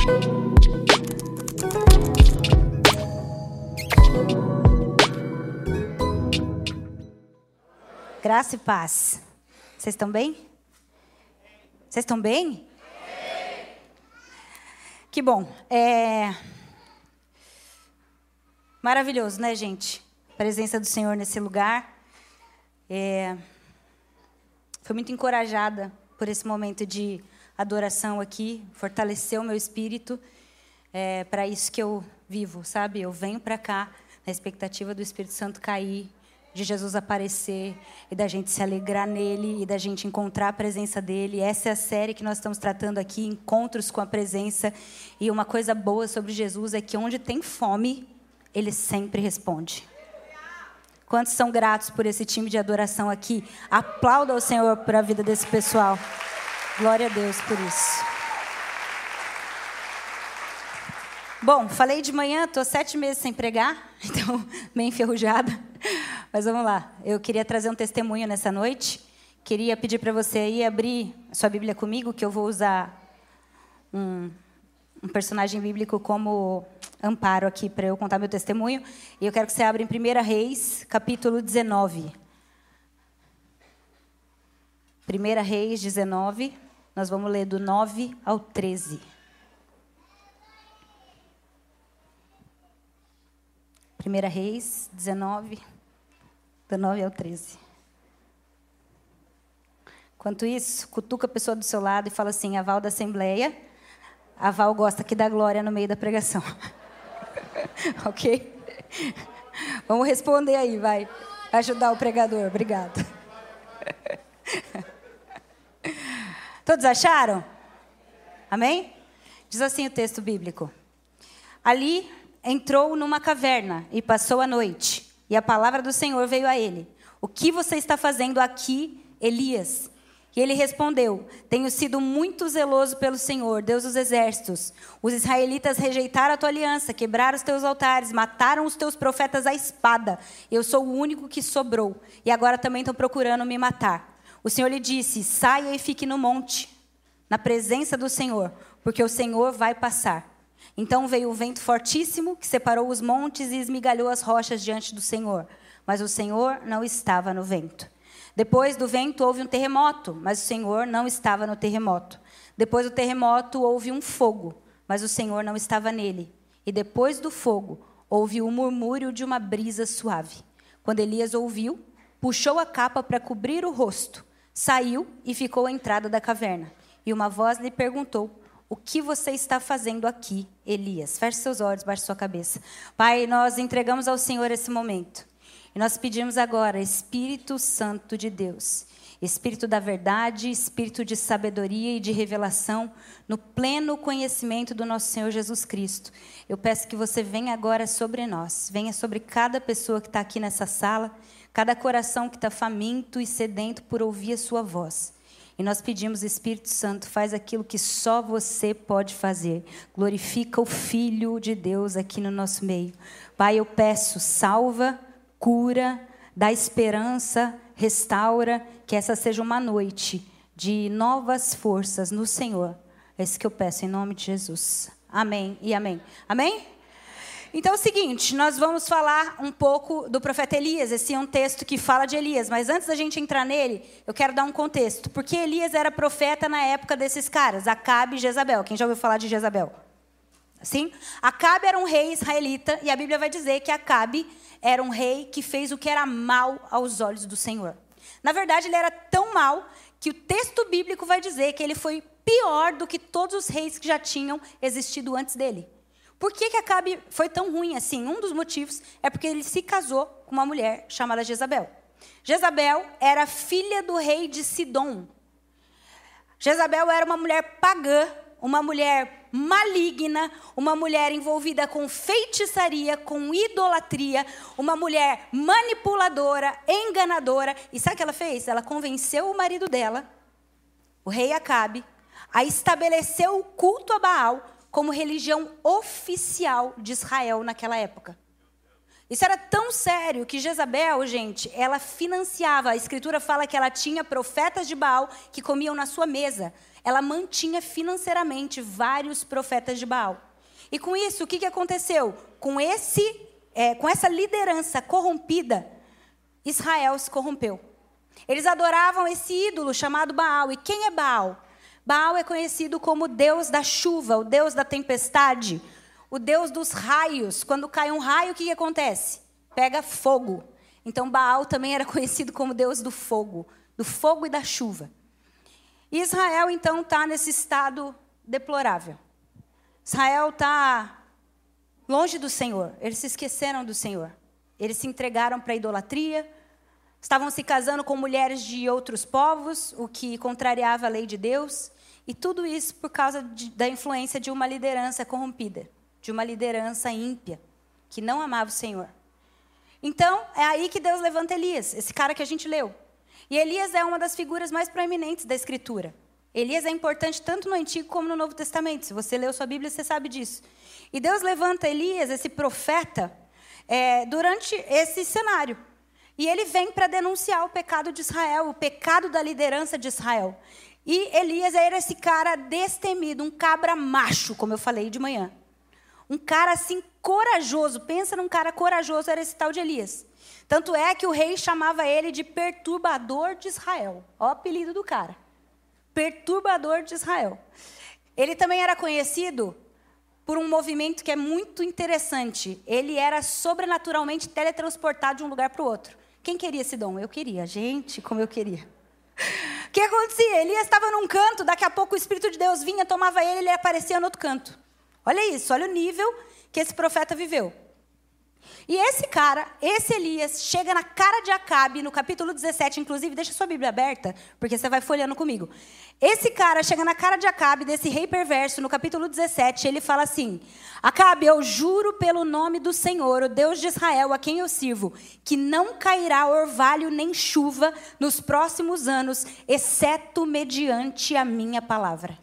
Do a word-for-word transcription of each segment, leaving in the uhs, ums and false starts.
Graça e paz. Vocês estão bem? Vocês estão bem? Que bom. É... Maravilhoso, né, gente? A presença do Senhor nesse lugar. É... Fui muito encorajada por esse momento de adoração aqui. Fortaleceu o meu espírito. É para isso que eu vivo, sabe? Eu venho para cá na expectativa do Espírito Santo cair, de Jesus aparecer e da gente se alegrar nele e da gente encontrar a presença dele. Essa é a série que nós estamos tratando aqui, Encontros com a Presença. E uma coisa boa sobre Jesus é que onde tem fome, ele sempre responde. Quantos são gratos por esse time de adoração aqui? Aplauda ao Senhor por a vida desse pessoal. Glória a Deus por isso. Bom, falei de manhã, estou sete meses sem pregar, então meio enferrujada. Mas vamos lá, eu queria trazer um testemunho nessa noite. Queria pedir para você aí abrir a sua Bíblia comigo, que eu vou usar um, um personagem bíblico como amparo aqui para eu contar meu testemunho. E eu quero que você abra em primeira Reis, capítulo dezenove. primeira Reis dezenove, nós vamos ler do nove ao treze. primeira Reis dezenove, do nove ao treze. Enquanto isso, cutuca a pessoa do seu lado e fala assim: a Val da Assembleia, a Val gosta que dá glória no meio da pregação. Ok? Vamos responder aí, vai. Ajudar o pregador, obrigado. Todos acharam? Amém? Diz assim o texto bíblico. Ali entrou numa caverna e passou a noite. E a palavra do Senhor veio a ele. O que você está fazendo aqui, Elias? E ele respondeu: tenho sido muito zeloso pelo Senhor, Deus dos exércitos. Os israelitas rejeitaram a tua aliança, quebraram os teus altares, mataram os teus profetas à espada. Eu sou o único que sobrou. E agora também estão procurando me matar. O Senhor lhe disse: saia e fique no monte, na presença do Senhor, porque o Senhor vai passar. Então veio o vento fortíssimo, que separou os montes e esmigalhou as rochas diante do Senhor. Mas o Senhor não estava no vento. Depois do vento houve um terremoto, mas o Senhor não estava no terremoto. Depois do terremoto houve um fogo, mas o Senhor não estava nele. E depois do fogo houve o murmúrio de uma brisa suave. Quando Elias ouviu, puxou a capa para cobrir o rosto, saiu e ficou à entrada da caverna. E uma voz lhe perguntou: o que você está fazendo aqui, Elias? Feche seus olhos, baixe sua cabeça. Pai, nós entregamos ao Senhor esse momento. E nós pedimos agora, Espírito Santo de Deus, Espírito da verdade, Espírito de sabedoria e de revelação, no pleno conhecimento do nosso Senhor Jesus Cristo. Eu peço que você venha agora sobre nós, venha sobre cada pessoa que está aqui nessa sala, cada coração que está faminto e sedento por ouvir a sua voz. E nós pedimos, Espírito Santo, faz aquilo que só você pode fazer. Glorifica o Filho de Deus aqui no nosso meio. Pai, eu peço, salva, cura, dá esperança, restaura, que essa seja uma noite de novas forças no Senhor. É isso que eu peço em nome de Jesus. Amém e amém. Amém? Então é o seguinte, nós vamos falar um pouco do profeta Elias. Esse é um texto que fala de Elias, mas antes da gente entrar nele, eu quero dar um contexto. Porque Elias era profeta na época desses caras, Acabe e Jezabel. Quem já ouviu falar de Jezabel? Sim? Acabe era um rei israelita, e a Bíblia vai dizer que Acabe era um rei que fez o que era mal aos olhos do Senhor. Na verdade, ele era tão mal que o texto bíblico vai dizer que ele foi pior do que todos os reis que já tinham existido antes dele. Por que que Acabe foi tão ruim assim? Um dos motivos é porque ele se casou com uma mulher chamada Jezabel. Jezabel era filha do rei de Sidom. Jezabel era uma mulher pagã, uma mulher maligna, uma mulher envolvida com feitiçaria, com idolatria, uma mulher manipuladora, enganadora. E sabe o que ela fez? Ela convenceu o marido dela, o rei Acabe, a estabelecer o culto a Baal como religião oficial de Israel naquela época. Isso era tão sério que Jezabel, gente, ela financiava. A Escritura fala que ela tinha profetas de Baal que comiam na sua mesa. Ela mantinha financeiramente vários profetas de Baal. E com isso, o que, que aconteceu? Com, esse, é, com essa liderança corrompida, Israel se corrompeu. Eles adoravam esse ídolo chamado Baal. E quem é Baal? Baal é conhecido como o Deus da chuva, o Deus da tempestade, o Deus dos raios. Quando cai um raio, o que, que acontece? Pega fogo. Então Baal também era conhecido como Deus do fogo, do fogo e da chuva. E Israel, então, está nesse estado deplorável. Israel está longe do Senhor. Eles se esqueceram do Senhor. Eles se entregaram para a idolatria. Estavam se casando com mulheres de outros povos, o que contrariava a lei de Deus. E tudo isso por causa de, da influência de uma liderança corrompida, de uma liderança ímpia, que não amava o Senhor. Então, é aí que Deus levanta Elias, esse cara que a gente leu. E Elias é uma das figuras mais proeminentes da Escritura. Elias é importante tanto no Antigo como no Novo Testamento. Se você leu sua Bíblia, você sabe disso. E Deus levanta Elias, esse profeta, é, durante esse cenário. E ele vem para denunciar o pecado de Israel, o pecado da liderança de Israel. E Elias era esse cara destemido, um cabra macho, como eu falei de manhã. Um cara assim corajoso, pensa num cara corajoso, era esse tal de Elias. Tanto é que o rei chamava ele de perturbador de Israel. Olha o apelido do cara. Perturbador de Israel. Ele também era conhecido por um movimento que é muito interessante. Ele era sobrenaturalmente teletransportado de um lugar para o outro. Quem queria esse dom? Eu queria. Gente, como eu queria. O que acontecia? Elias estava num canto, daqui a pouco o Espírito de Deus vinha, tomava ele e ele aparecia no outro canto. Olha isso, olha o nível que esse profeta viveu. E esse cara, esse Elias, chega na cara de Acabe, no capítulo dezessete, inclusive, deixa sua Bíblia aberta, porque você vai folheando comigo. Esse cara chega na cara de Acabe, desse rei perverso, no capítulo dezessete, ele fala assim: Acabe, eu juro pelo nome do Senhor, o Deus de Israel, a quem eu sirvo, que não cairá orvalho nem chuva nos próximos anos, exceto mediante a minha palavra.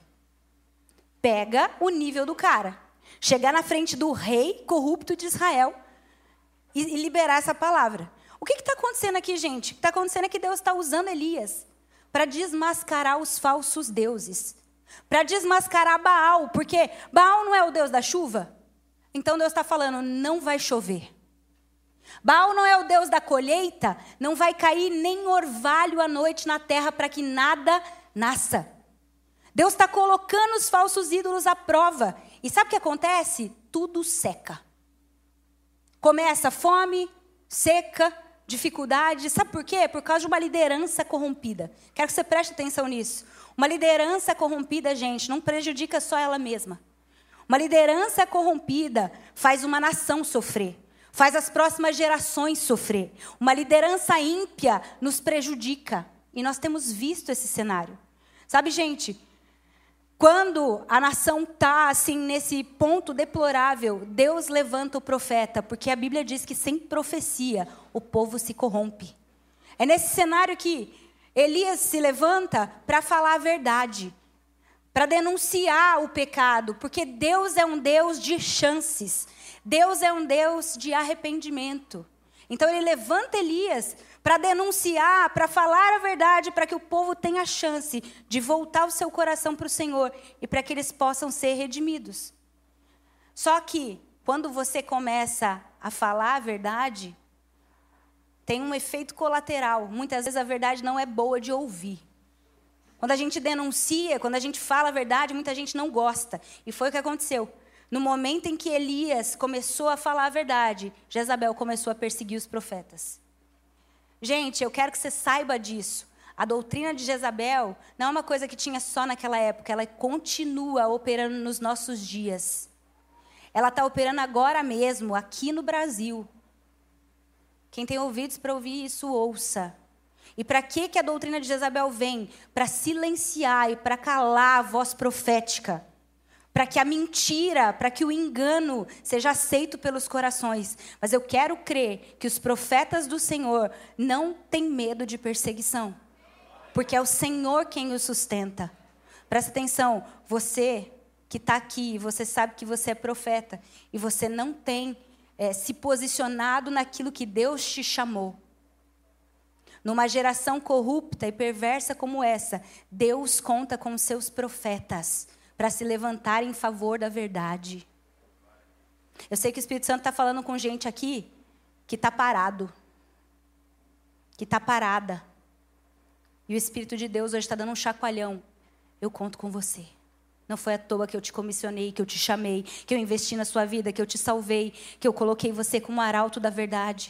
Pega o nível do cara. Chegar na frente do rei corrupto de Israel e liberar essa palavra. O que está acontecendo aqui, gente? O que está acontecendo é que Deus está usando Elias para desmascarar os falsos deuses. Para desmascarar Baal. Porque Baal não é o Deus da chuva? Então Deus está falando, não vai chover. Baal não é o Deus da colheita? Não vai cair nem orvalho à noite na terra para que nada nasça. Deus está colocando os falsos ídolos à prova. E sabe o que acontece? Tudo seca. Começa fome, seca, dificuldade. Sabe por quê? Por causa de uma liderança corrompida. Quero que você preste atenção nisso. Uma liderança corrompida, gente, não prejudica só ela mesma. Uma liderança corrompida faz uma nação sofrer. Faz as próximas gerações sofrer. Uma liderança ímpia nos prejudica. E nós temos visto esse cenário. Sabe, gente, quando a nação está assim, nesse ponto deplorável, Deus levanta o profeta, porque a Bíblia diz que sem profecia o povo se corrompe. É nesse cenário que Elias se levanta para falar a verdade, para denunciar o pecado, porque Deus é um Deus de chances, Deus é um Deus de arrependimento. Então ele levanta Elias para denunciar, para falar a verdade, para que o povo tenha a chance de voltar o seu coração para o Senhor e para que eles possam ser redimidos. Só que, quando você começa a falar a verdade, tem um efeito colateral. Muitas vezes a verdade não é boa de ouvir. Quando a gente denuncia, quando a gente fala a verdade, muita gente não gosta. E foi o que aconteceu. No momento em que Elias começou a falar a verdade, Jezabel começou a perseguir os profetas. Gente, eu quero que você saiba disso. A doutrina de Jezabel não é uma coisa que tinha só naquela época, ela continua operando nos nossos dias. Ela está operando agora mesmo, aqui no Brasil. Quem tem ouvidos para ouvir isso, ouça. E para que, que a doutrina de Jezabel vem? Para silenciar e para calar a voz profética. Para que a mentira, para que o engano seja aceito pelos corações. Mas eu quero crer que os profetas do Senhor não têm medo de perseguição. Porque é o Senhor quem os sustenta. Presta atenção, você que está aqui, você sabe que você é profeta. E você não tem é, se posicionado naquilo que Deus te chamou. Numa geração corrupta e perversa como essa, Deus conta com os seus profetas para se levantar em favor da verdade. Eu sei que o Espírito Santo está falando com gente aqui que está parado, que está parada. E o Espírito de Deus hoje está dando um chacoalhão. Eu conto com você. Não foi à toa que eu te comissionei, que eu te chamei, que eu investi na sua vida, que eu te salvei, que eu coloquei você como arauto da verdade.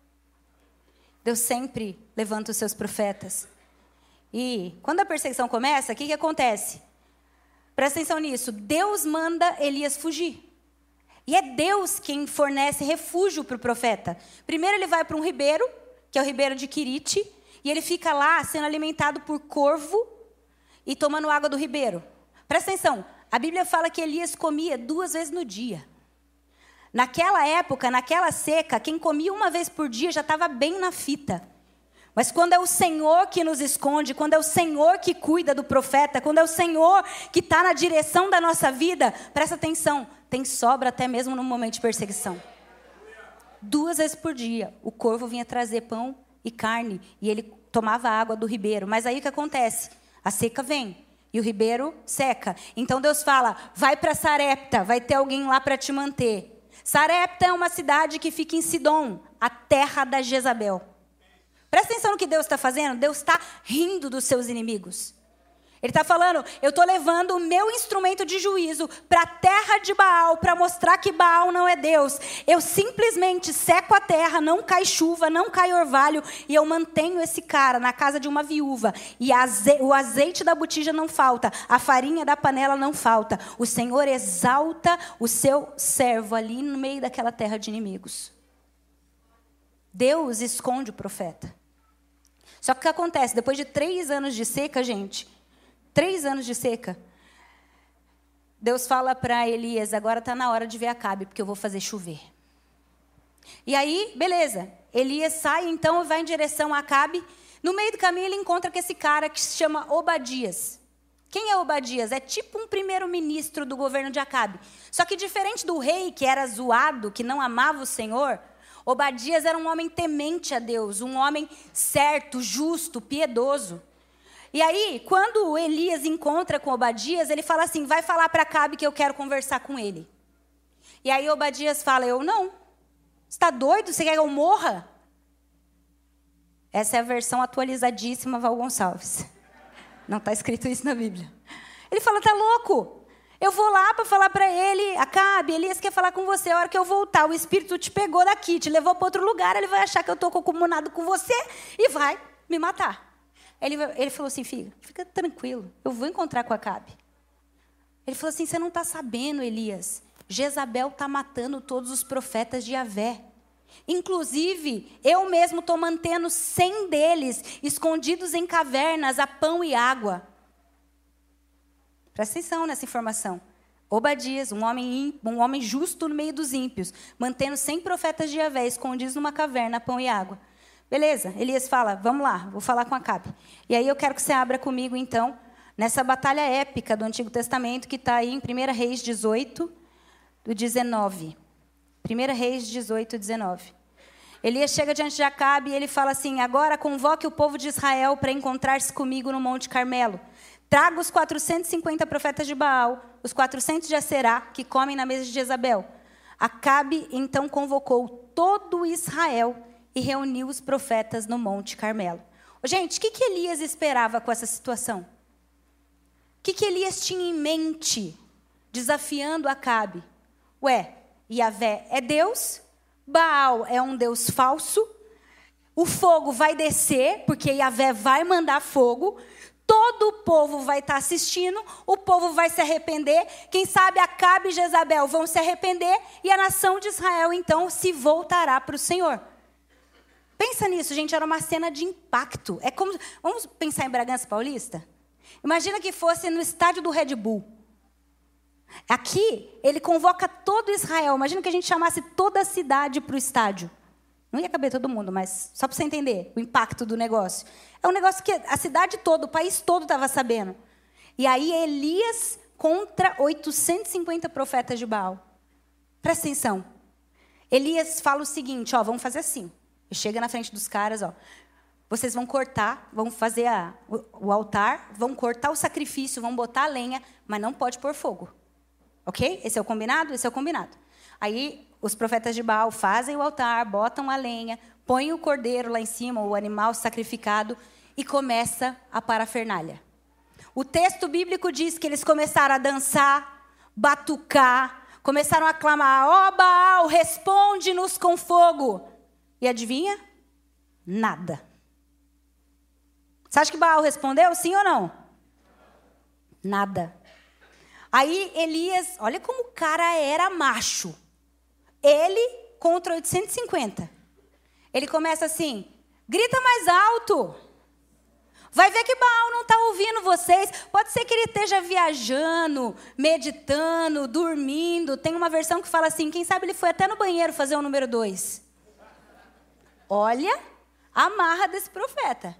Deus sempre levanta os seus profetas. E quando a perseguição começa, o que, que acontece? Presta atenção nisso. Deus manda Elias fugir. E é Deus quem fornece refúgio para o profeta. Primeiro ele vai para um ribeiro, que é o ribeiro de Quirite, e ele fica lá sendo alimentado por corvo e tomando água do ribeiro. Presta atenção, a Bíblia fala que Elias comia duas vezes no dia. Naquela época, naquela seca, quem comia uma vez por dia já estava bem na fita. Mas quando é o Senhor que nos esconde, quando é o Senhor que cuida do profeta, quando é o Senhor que está na direção da nossa vida, presta atenção, tem sobra até mesmo no momento de perseguição. Duas vezes por dia, o corvo vinha trazer pão e carne, e ele tomava água do ribeiro. Mas aí o que acontece? A seca vem. E o ribeiro seca. Então Deus fala, vai para Sarepta, vai ter alguém lá para te manter. Sarepta é uma cidade que fica em Sidom, a terra da Jezabel. Presta atenção no que Deus está fazendo. Deus está rindo dos seus inimigos. Ele está falando, eu estou levando o meu instrumento de juízo para a terra de Baal, para mostrar que Baal não é Deus. Eu simplesmente seco a terra, não cai chuva, não cai orvalho, e eu mantenho esse cara na casa de uma viúva. E aze- o azeite da botija não falta, a farinha da panela não falta. O Senhor exalta o seu servo ali no meio daquela terra de inimigos. Deus esconde o profeta. Só que o que acontece? Depois de três anos de seca, gente... Três anos de seca. Deus fala para Elias, agora está na hora de ver Acabe, porque eu vou fazer chover. E aí, beleza. Elias sai então e vai em direção a Acabe. No meio do caminho ele encontra com esse cara que se chama Obadias. Quem é Obadias? É tipo um primeiro-ministro do governo de Acabe. Só que diferente do rei, que era zoado, que não amava o Senhor, Obadias era um homem temente a Deus, um homem certo, justo, piedoso. E aí, quando Elias encontra com Obadias, ele fala assim, vai falar para Acabe que eu quero conversar com ele. E aí Obadias fala, eu não. Você está doido? Você quer que eu morra? Essa é a versão atualizadíssima, Val Gonçalves. Não está escrito isso na Bíblia. Ele fala, tá louco? Eu vou lá para falar para ele, Acabe, Elias quer falar com você, a hora que eu voltar, o Espírito te pegou daqui, te levou para outro lugar, ele vai achar que eu estou comunado com você e vai me matar. Ele, ele falou assim, filho, fica tranquilo, eu vou encontrar com Acabe. Ele falou assim, você não está sabendo, Elias, Jezabel está matando todos os profetas de Yahvé. Inclusive, eu mesmo estou mantendo cem deles escondidos em cavernas a pão e água. Presta atenção nessa informação. Obadias, um homem, um homem justo no meio dos ímpios, mantendo cem profetas de Yahvé escondidos numa caverna a pão e água. Beleza, Elias fala, vamos lá, vou falar com Acabe. E aí eu quero que você abra comigo, então, nessa batalha épica do Antigo Testamento, que está aí em primeira Reis dezoito, do dezenove. primeira Reis dezoito, dezenove. Elias chega diante de Acabe e ele fala assim, agora convoque o povo de Israel para encontrar-se comigo no Monte Carmelo. Traga os quatrocentos e cinquenta profetas de Baal, os quatrocentos de Aserá, que comem na mesa de Jezabel. Acabe, então, convocou todo Israel e reuniu os profetas no Monte Carmelo. Gente, o que, que Elias esperava com essa situação? O que, que Elias tinha em mente, desafiando Acabe? Ué, Yahvé é Deus, Baal é um Deus falso, o fogo vai descer, porque Yahvé vai mandar fogo, todo o povo vai estar assistindo, o povo vai se arrepender, quem sabe Acabe e Jezabel vão se arrepender, e a nação de Israel, então, se voltará para o Senhor. Pensa nisso, gente, era uma cena de impacto. É como, vamos pensar em Bragança Paulista? Imagina que fosse no estádio do Red Bull. Aqui, ele convoca todo Israel. Imagina que a gente chamasse toda a cidade para o estádio. Não ia caber todo mundo, mas só para você entender o impacto do negócio. É um negócio que a cidade toda, o país todo estava sabendo. E aí Elias contra oitocentos e cinquenta profetas de Baal. Presta atenção. Elias fala o seguinte, ó, vamos fazer assim. Chega na frente dos caras, ó. Vocês vão cortar, vão fazer a, o, o altar, vão cortar o sacrifício, vão botar a lenha, mas não pode pôr fogo. Ok? Esse é o combinado? Esse é o combinado. Aí os profetas de Baal fazem o altar, botam a lenha, põem o cordeiro lá em cima, o animal sacrificado, e começa a parafernália. O texto bíblico diz que eles começaram a dançar, batucar, começaram a clamar, ó Baal, responde-nos com fogo. E adivinha? Nada. Você acha que Baal respondeu, sim ou não? Nada. Aí Elias, olha como o cara era macho. Ele contra oitocentos e cinquenta. Ele começa assim, grita mais alto. Vai ver que Baal não está ouvindo vocês. Pode ser que ele esteja viajando, meditando, dormindo. Tem uma versão que fala assim, quem sabe ele foi até no banheiro fazer o número dois. Olha a marra desse profeta.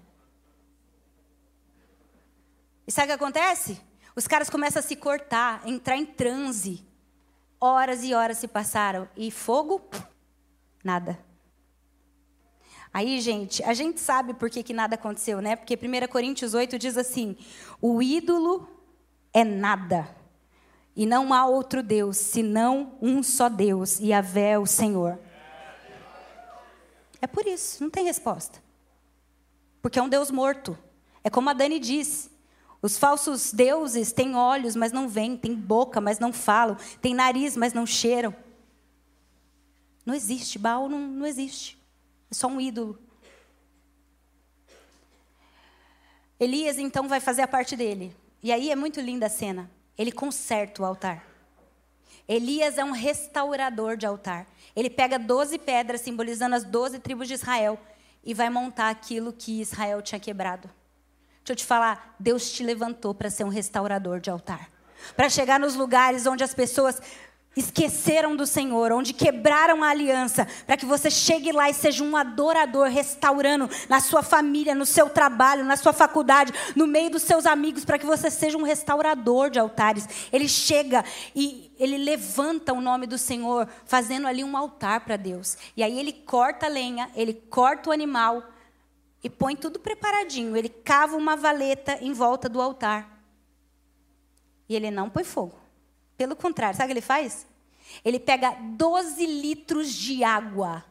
E sabe o que acontece? Os caras começam a se cortar, entrar em transe. Horas e horas se passaram. E fogo? Nada. Aí, gente, a gente sabe por que, que nada aconteceu, né? Porque primeira Coríntios oito diz assim, o ídolo é nada. E não há outro Deus, senão um só Deus, Yahvé, o Senhor. É por isso, não tem resposta. Porque é um Deus morto. É como a Dani disse. Os falsos deuses têm olhos, mas não veem. Têm boca, mas não falam. Têm nariz, mas não cheiram. Não existe. Baal não, não existe. É só um ídolo. Elias, então, vai fazer a parte dele. E aí é muito linda a cena. Ele conserta o altar. Elias é um restaurador de altar. Ele pega doze pedras, simbolizando as doze tribos de Israel, e vai montar aquilo que Israel tinha quebrado. Deixa eu te falar, Deus te levantou para ser um restaurador de altar. Para chegar nos lugares onde as pessoas esqueceram do Senhor, onde quebraram a aliança, para que você chegue lá e seja um adorador, restaurando na sua família, no seu trabalho, na sua faculdade, no meio dos seus amigos, para que você seja um restaurador de altares. Ele chega e ele levanta o nome do Senhor, fazendo ali um altar para Deus. E aí ele corta a lenha, ele corta o animal e põe tudo preparadinho. Ele cava uma valeta em volta do altar. E ele não põe fogo. Pelo contrário, sabe o que ele faz? Ele pega doze litros de água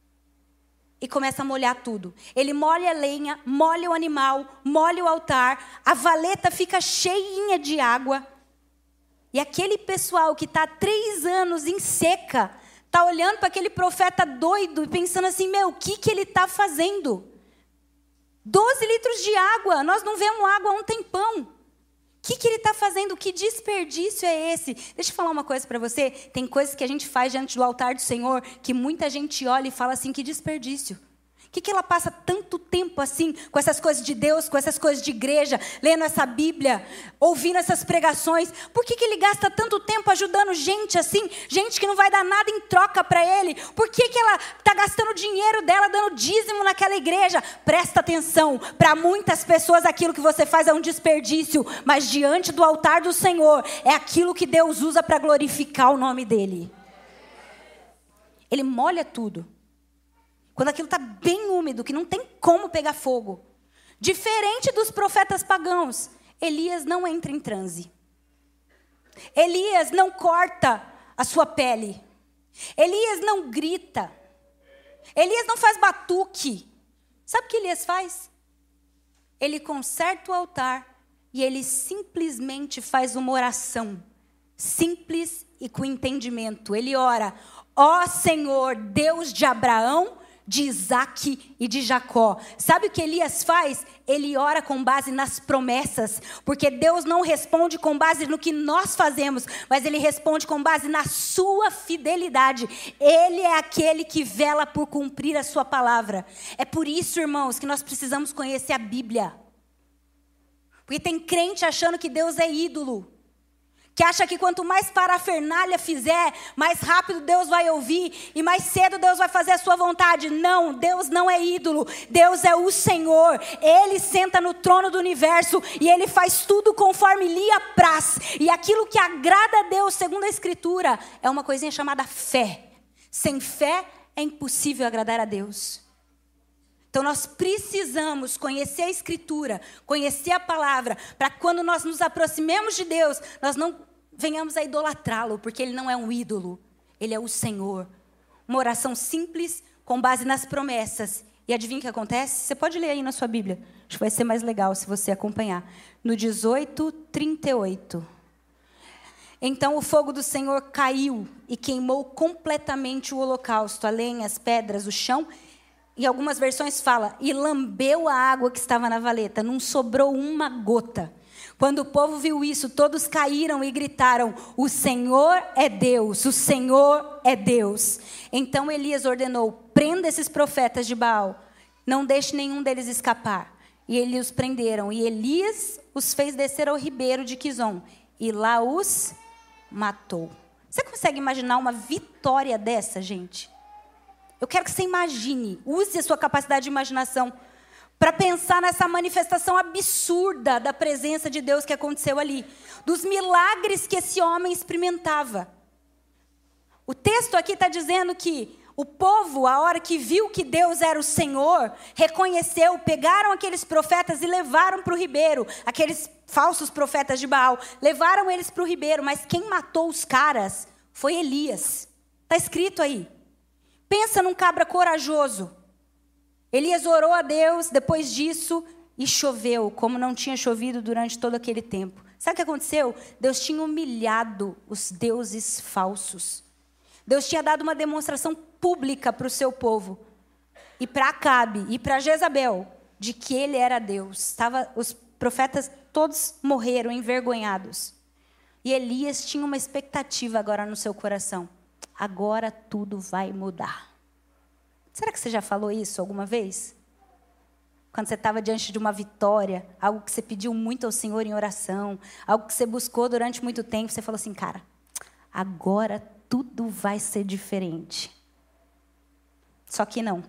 e começa a molhar tudo. Ele molha a lenha, molha o animal, molha o altar, a valeta fica cheinha de água. E aquele pessoal que está há três anos em seca, está olhando para aquele profeta doido e pensando assim, meu, o que, que ele está fazendo? doze litros de água, nós não vemos água há um tempão. O que, que ele está fazendo? Que desperdício é esse? Deixa eu falar uma coisa para você. Tem coisas que a gente faz diante do altar do Senhor que muita gente olha e fala assim, que desperdício. O que, que ela passa tanto tempo assim com essas coisas de Deus, com essas coisas de igreja, lendo essa Bíblia, ouvindo essas pregações? Por que, que ele gasta tanto tempo ajudando gente assim, gente que não vai dar nada em troca para ele? Por que, que ela está gastando o dinheiro dela, dando dízimo naquela igreja? Presta atenção, para muitas pessoas aquilo que você faz é um desperdício, mas diante do altar do Senhor, é aquilo que Deus usa para glorificar o nome dele. Ele molha tudo. Quando aquilo está bem úmido, que não tem como pegar fogo. Diferente dos profetas pagãos, Elias não entra em transe. Elias não corta a sua pele. Elias não grita. Elias não faz batuque. Sabe o que Elias faz? Ele conserta o altar e ele simplesmente faz uma oração. Simples e com entendimento. Ele ora, ó Senhor, Deus de Abraão, de Isaac e de Jacó. Sabe o que Elias faz? Ele ora com base nas promessas, porque Deus não responde com base no que nós fazemos, mas Ele responde com base na sua fidelidade. Ele é aquele que vela por cumprir a sua palavra. É por isso, irmãos, que nós precisamos conhecer a Bíblia. Porque tem crente achando que Deus é ídolo, que acha que quanto mais parafernália fizer, mais rápido Deus vai ouvir e mais cedo Deus vai fazer a sua vontade. Não, Deus não é ídolo. Deus é o Senhor. Ele senta no trono do universo e Ele faz tudo conforme lhe apraz. E aquilo que agrada a Deus, segundo a Escritura, é uma coisinha chamada fé. Sem fé é impossível agradar a Deus. Então nós precisamos conhecer a Escritura, conhecer a palavra, para quando nós nos aproximemos de Deus, nós não venhamos a idolatrá-lo, porque Ele não é um ídolo, Ele é o Senhor. Uma oração simples, com base nas promessas. E adivinha o que acontece? Você pode ler aí na sua Bíblia. Acho que vai ser mais legal se você acompanhar. No dezoito, trinta e oito. Então o fogo do Senhor caiu e queimou completamente o holocausto, a lenha, as pedras, o chão. Em algumas versões fala, e lambeu a água que estava na valeta, não sobrou uma gota. Quando o povo viu isso, todos caíram e gritaram, o Senhor é Deus, o Senhor é Deus. Então Elias ordenou, prenda esses profetas de Baal, não deixe nenhum deles escapar. E eles os prenderam, e Elias os fez descer ao ribeiro de Quizon, e lá os matou. Você consegue imaginar uma vitória dessa, gente? Eu quero que você imagine, use a sua capacidade de imaginação para pensar nessa manifestação absurda da presença de Deus que aconteceu ali, dos milagres que esse homem experimentava. O texto aqui está dizendo que o povo, a hora que viu que Deus era o Senhor, reconheceu, pegaram aqueles profetas e levaram para o ribeiro, aqueles falsos profetas de Baal, levaram eles para o ribeiro, mas quem matou os caras foi Elias. Está escrito aí. Pensa num cabra corajoso. Elias orou a Deus depois disso e choveu, como não tinha chovido durante todo aquele tempo. Sabe o que aconteceu? Deus tinha humilhado os deuses falsos. Deus tinha dado uma demonstração pública para o seu povo. E para Acabe e para Jezabel, de que ele era Deus. Tava, os profetas todos morreram envergonhados. E Elias tinha uma expectativa agora no seu coração. Agora tudo vai mudar. Será que você já falou isso alguma vez? Quando você estava diante de uma vitória, algo que você pediu muito ao Senhor em oração, algo que você buscou durante muito tempo, você falou assim, cara, agora tudo vai ser diferente. Só que não.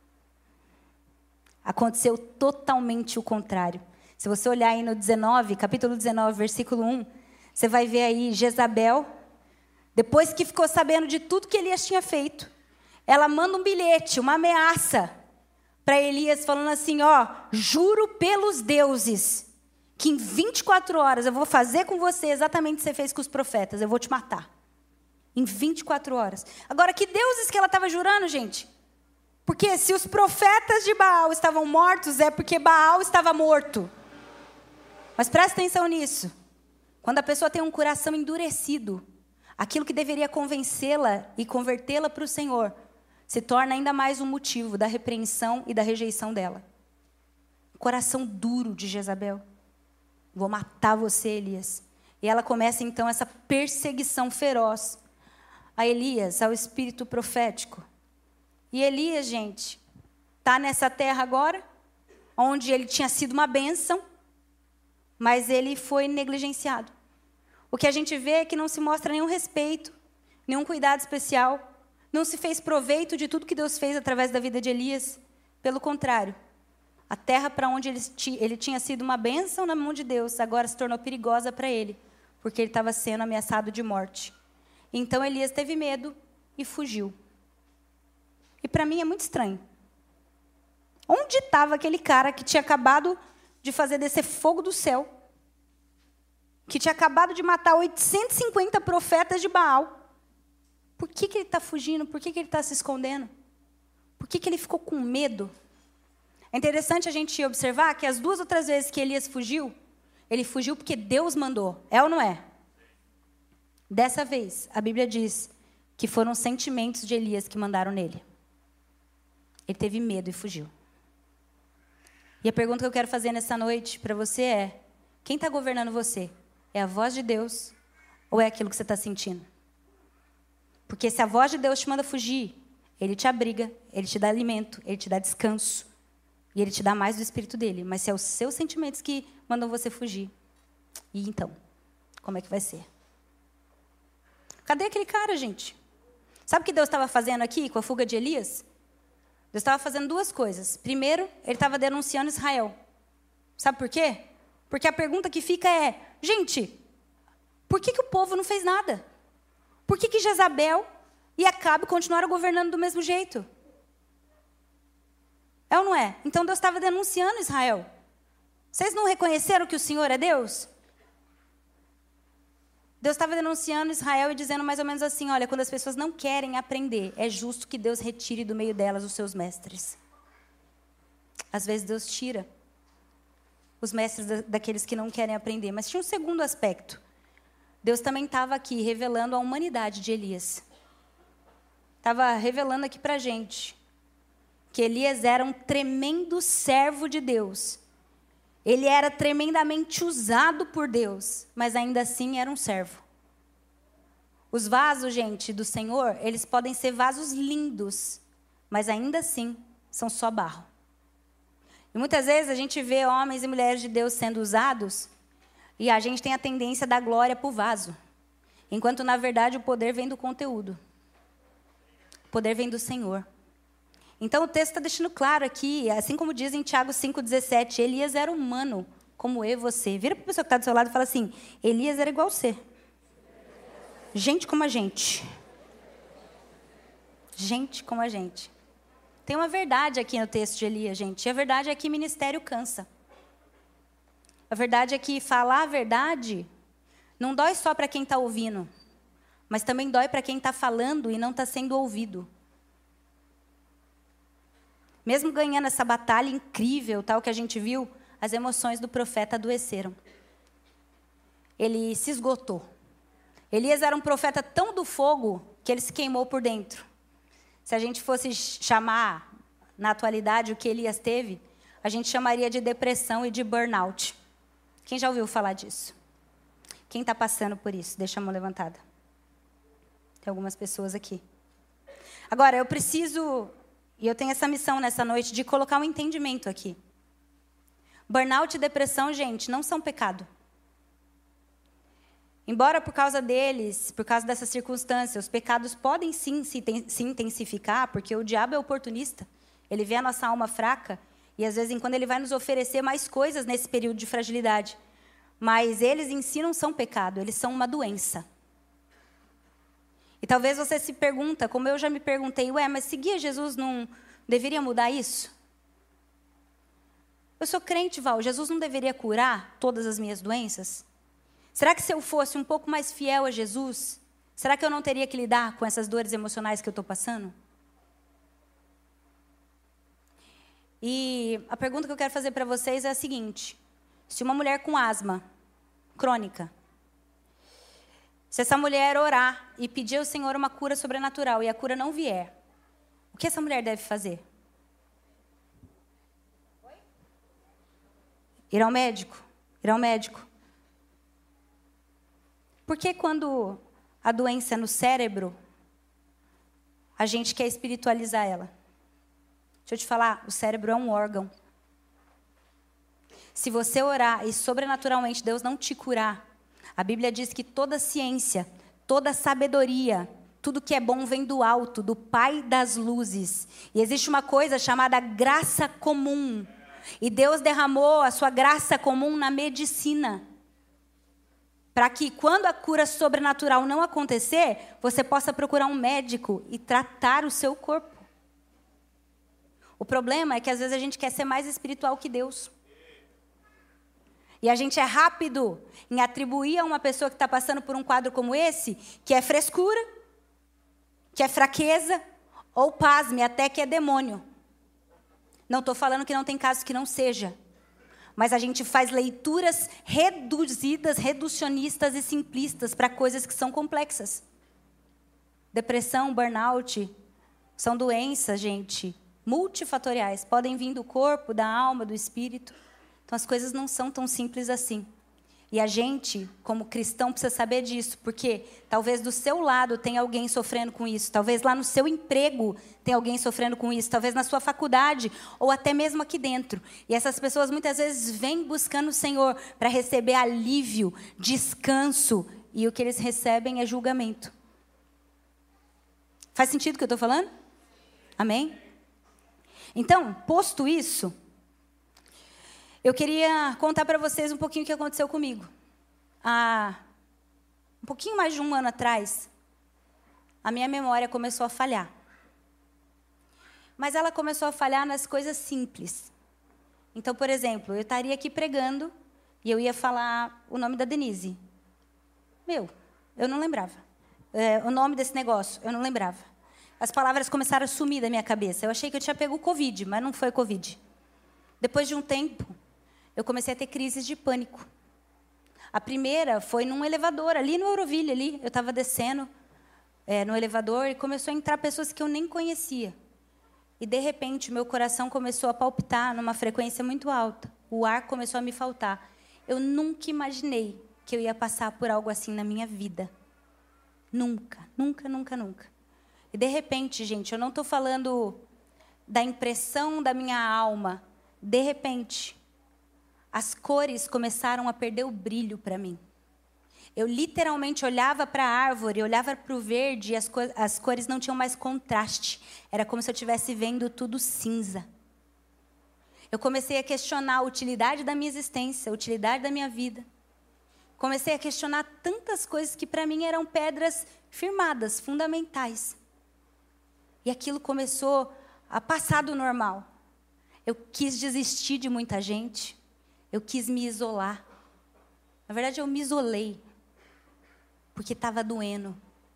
Aconteceu totalmente o contrário. Se você olhar aí no dezenove, capítulo dezenove, versículo um, você vai ver aí Jezabel, depois que ficou sabendo de tudo que Elias tinha feito, ela manda um bilhete, uma ameaça para Elias, falando assim, ó, juro pelos deuses, que em vinte e quatro horas eu vou fazer com você exatamente o que você fez com os profetas, eu vou te matar. Em vinte e quatro horas. Agora, que deuses que ela estava jurando, gente? Porque se os profetas de Baal estavam mortos, é porque Baal estava morto. Mas presta atenção nisso. Quando a pessoa tem um coração endurecido, aquilo que deveria convencê-la e convertê-la para o Senhor, se torna ainda mais um motivo da repreensão e da rejeição dela. O coração duro de Jezabel. Vou matar você, Elias. E ela começa então essa perseguição feroz a Elias, ao espírito profético. E Elias, gente, está nessa terra agora, onde ele tinha sido uma bênção, mas ele foi negligenciado. O que a gente vê é que não se mostra nenhum respeito, nenhum cuidado especial, não se fez proveito de tudo que Deus fez através da vida de Elias. Pelo contrário, a terra para onde ele, ele tinha sido uma bênção na mão de Deus, agora se tornou perigosa para ele, porque ele estava sendo ameaçado de morte. Então Elias teve medo e fugiu. E para mim é muito estranho. Onde estava aquele cara que tinha acabado de fazer descer fogo do céu, que tinha acabado de matar oitocentos e cinquenta profetas de Baal? Por que, que ele está fugindo? Por que, que ele está se escondendo? Por que, que ele ficou com medo? É interessante a gente observar que as duas outras vezes que Elias fugiu, ele fugiu porque Deus mandou. É ou não é? Dessa vez, a Bíblia diz que foram os sentimentos de Elias que mandaram nele. Ele teve medo e fugiu. E a pergunta que eu quero fazer nessa noite para você é, quem está governando você? É a voz de Deus ou é aquilo que você está sentindo? Porque se a voz de Deus te manda fugir, Ele te abriga, Ele te dá alimento, Ele te dá descanso. E Ele te dá mais do Espírito dEle. Mas se é os seus sentimentos que mandam você fugir, e então, como é que vai ser? Cadê aquele cara, gente? Sabe o que Deus estava fazendo aqui com a fuga de Elias? Deus estava fazendo duas coisas. Primeiro, Ele estava denunciando Israel. Sabe por quê? Porque a pergunta que fica é, gente, por que, que o povo não fez nada? Por que, que Jezabel e Acabe continuaram governando do mesmo jeito. É ou não é? Então Deus estava denunciando Israel. Vocês não reconheceram que o Senhor é Deus? Deus estava denunciando Israel e dizendo mais ou menos assim, olha, quando as pessoas não querem aprender, é justo que Deus retire do meio delas os seus mestres. Às vezes Deus tira os mestres da, daqueles que não querem aprender. Mas tinha um segundo aspecto. Deus também estava aqui revelando a humanidade de Elias. Estava revelando aqui para a gente que Elias era um tremendo servo de Deus. Ele era tremendamente usado por Deus, mas ainda assim era um servo. Os vasos, gente, do Senhor, eles podem ser vasos lindos, mas ainda assim são só barro. E muitas vezes a gente vê homens e mulheres de Deus sendo usados e a gente tem a tendência da glória para o vaso, enquanto na verdade o poder vem do conteúdo. O poder vem do Senhor. Então o texto está deixando claro aqui, assim como diz em Tiago cinco, dezessete, Elias era humano, como eu e você. Vira para a pessoa que está do seu lado e fala assim, Elias era igual a você. Gente como a gente. Gente como a gente. Tem uma verdade aqui no texto de Elias, gente. E a verdade é que ministério cansa. A verdade é que falar a verdade não dói só para quem está ouvindo, mas também dói para quem está falando e não está sendo ouvido. Mesmo ganhando essa batalha incrível, tal que a gente viu, as emoções do profeta adoeceram. Ele se esgotou. Elias era um profeta tão do fogo que ele se queimou por dentro. Se a gente fosse chamar, na atualidade, o que Elias teve, a gente chamaria de depressão e de burnout. Quem já ouviu falar disso? Quem está passando por isso? Deixa a mão levantada. Tem algumas pessoas aqui. Agora, eu preciso... E eu tenho essa missão nessa noite de colocar um entendimento aqui. Burnout e depressão, gente, não são pecado. Embora por causa deles, por causa dessas circunstâncias, os pecados podem sim se, se intensificar, porque o diabo é oportunista. Ele vê a nossa alma fraca e às vezes quando ele vai nos oferecer mais coisas nesse período de fragilidade. Mas eles em si não são pecado, eles são uma doença. E talvez você se pergunta, como eu já me perguntei, ué, mas seguir Jesus não deveria mudar isso? Eu sou crente, Val, Jesus não deveria curar todas as minhas doenças? Será que se eu fosse um pouco mais fiel a Jesus, será que eu não teria que lidar com essas dores emocionais que eu estou passando? E a pergunta que eu quero fazer para vocês é a seguinte, se uma mulher com asma crônica, se essa mulher orar e pedir ao Senhor uma cura sobrenatural e a cura não vier, o que essa mulher deve fazer? Ir ao médico? Ir ao médico. Por que quando a doença é no cérebro, a gente quer espiritualizar ela? Deixa eu te falar, o cérebro é um órgão. Se você orar e sobrenaturalmente Deus não te curar, a Bíblia diz que toda ciência, toda sabedoria, tudo que é bom vem do alto, do Pai das luzes. E existe uma coisa chamada graça comum. E Deus derramou a sua graça comum na medicina. Para que quando a cura sobrenatural não acontecer, você possa procurar um médico e tratar o seu corpo. O problema é que às vezes a gente quer ser mais espiritual que Deus. E a gente é rápido em atribuir a uma pessoa que está passando por um quadro como esse, que é frescura, que é fraqueza, ou pasme, até que é demônio. Não estou falando que não tem casos que não seja. Mas a gente faz leituras reduzidas, reducionistas e simplistas para coisas que são complexas. Depressão, burnout, são doenças, gente, multifatoriais. Podem vir do corpo, da alma, do espírito. Então, as coisas não são tão simples assim. E a gente, como cristão, precisa saber disso, porque talvez do seu lado tenha alguém sofrendo com isso, talvez lá no seu emprego tenha alguém sofrendo com isso, talvez na sua faculdade, ou até mesmo aqui dentro. E essas pessoas muitas vezes vêm buscando o Senhor para receber alívio, descanso, e o que eles recebem é julgamento. Faz sentido o que eu estou falando? Amém? Então, posto isso, eu queria contar para vocês um pouquinho o que aconteceu comigo. Há um pouquinho mais de um ano atrás, a minha memória começou a falhar. Mas ela começou a falhar nas coisas simples. Então, por exemplo, eu estaria aqui pregando e eu ia falar o nome da Denise. Meu, eu não lembrava. É, o nome desse negócio, eu não lembrava. As palavras começaram a sumir da minha cabeça. Eu achei que eu tinha pego o Covid, mas não foi Covid. Depois de um tempo, eu comecei a ter crises de pânico. A primeira foi num elevador, ali no Euroville, ali. Eu estava descendo é, no elevador e começou a entrar pessoas que eu nem conhecia. E, de repente, meu coração começou a palpitar numa frequência muito alta. O ar começou a me faltar. Eu nunca imaginei que eu ia passar por algo assim na minha vida. Nunca, nunca, nunca, nunca. E, de repente, gente, eu não estou falando da impressão da minha alma. De repente, as cores começaram a perder o brilho para mim. Eu literalmente olhava para a árvore, olhava para o verde e as, co as cores não tinham mais contraste. Era como se eu estivesse vendo tudo cinza. Eu comecei a questionar a utilidade da minha existência, a utilidade da minha vida. Comecei a questionar tantas coisas que para mim eram pedras firmadas, fundamentais. E aquilo começou a passar do normal. Eu quis desistir de muita gente. Eu quis me isolar. Na verdade, eu me isolei. Porque estava doendo.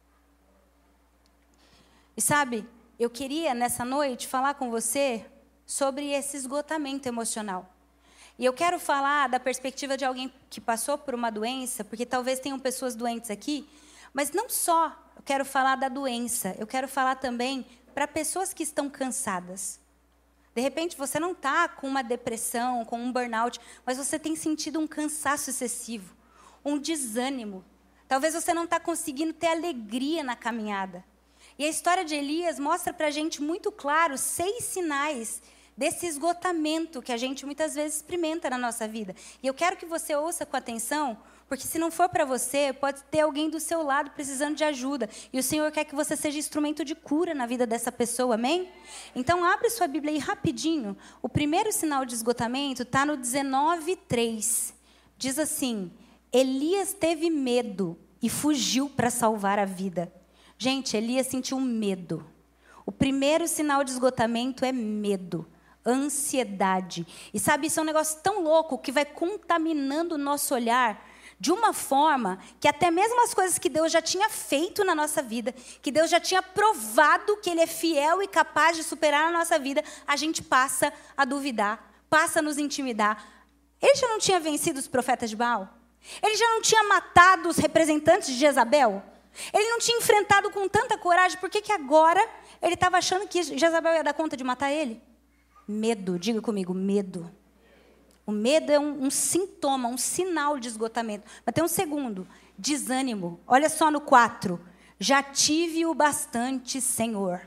E sabe, eu queria nessa noite falar com você sobre esse esgotamento emocional. E eu quero falar da perspectiva de alguém que passou por uma doença, porque talvez tenham pessoas doentes aqui, mas não só eu quero falar da doença, eu quero falar também para pessoas que estão cansadas. De repente, você não está com uma depressão, com um burnout, mas você tem sentido um cansaço excessivo, um desânimo. Talvez você não está conseguindo ter alegria na caminhada. E a história de Elias mostra para a gente muito claro seis sinais desse esgotamento que a gente muitas vezes experimenta na nossa vida. E eu quero que você ouça com atenção, porque se não for para você, pode ter alguém do seu lado precisando de ajuda. E o Senhor quer que você seja instrumento de cura na vida dessa pessoa, amém? Então, abre sua Bíblia aí rapidinho. O primeiro sinal de esgotamento está no dezenove, três. Diz assim: Elias teve medo e fugiu para salvar a vida. Gente, Elias sentiu medo. O primeiro sinal de esgotamento é medo, ansiedade. E sabe, isso é um negócio tão louco que vai contaminando o nosso olhar de uma forma que até mesmo as coisas que Deus já tinha feito na nossa vida, que Deus já tinha provado que Ele é fiel e capaz de superar na nossa vida, a gente passa a duvidar, passa a nos intimidar. Ele já não tinha vencido os profetas de Baal? Ele já não tinha matado os representantes de Jezabel? Ele não tinha enfrentado com tanta coragem? Por que que agora ele estava achando que Jezabel ia dar conta de matar ele? Medo, diga comigo, medo. O medo é um, um sintoma, um sinal de esgotamento. Mas tem um segundo, desânimo. Olha só no quatro. Já tive o bastante, Senhor.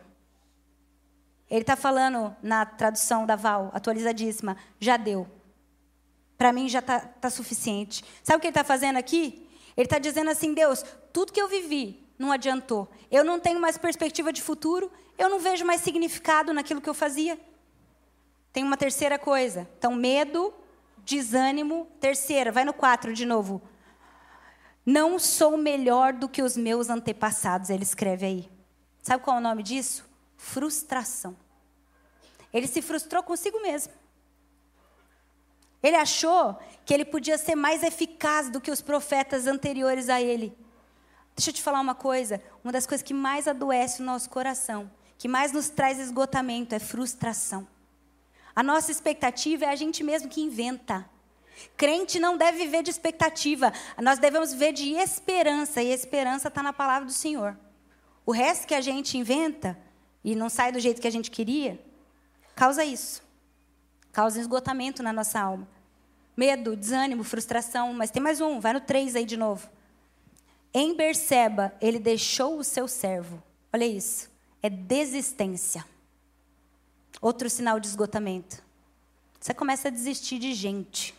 Ele está falando na tradução da Val, atualizadíssima, já deu. Para mim já está tá suficiente. Sabe o que ele está fazendo aqui? Ele está dizendo assim, Deus, tudo que eu vivi não adiantou. Eu não tenho mais perspectiva de futuro, eu não vejo mais significado naquilo que eu fazia. Tem uma terceira coisa. Então, medo, desânimo. Terceira, vai no quatro de novo. Não sou melhor do que os meus antepassados, ele escreve aí. Sabe qual é o nome disso? Frustração. Ele se frustrou consigo mesmo. Ele achou que ele podia ser mais eficaz do que os profetas anteriores a ele. Deixa eu te falar uma coisa. Uma das coisas que mais adoece o nosso coração, que mais nos traz esgotamento, é frustração. A nossa expectativa é a gente mesmo que inventa. Crente não deve viver de expectativa. Nós devemos viver de esperança. E a esperança está na palavra do Senhor. O resto que a gente inventa e não sai do jeito que a gente queria, causa isso. Causa esgotamento na nossa alma. Medo, desânimo, frustração. Mas tem mais um, vai no três aí de novo. Em Berseba, ele deixou o seu servo. Olha isso. É desistência. Outro sinal de esgotamento. Você começa a desistir de gente.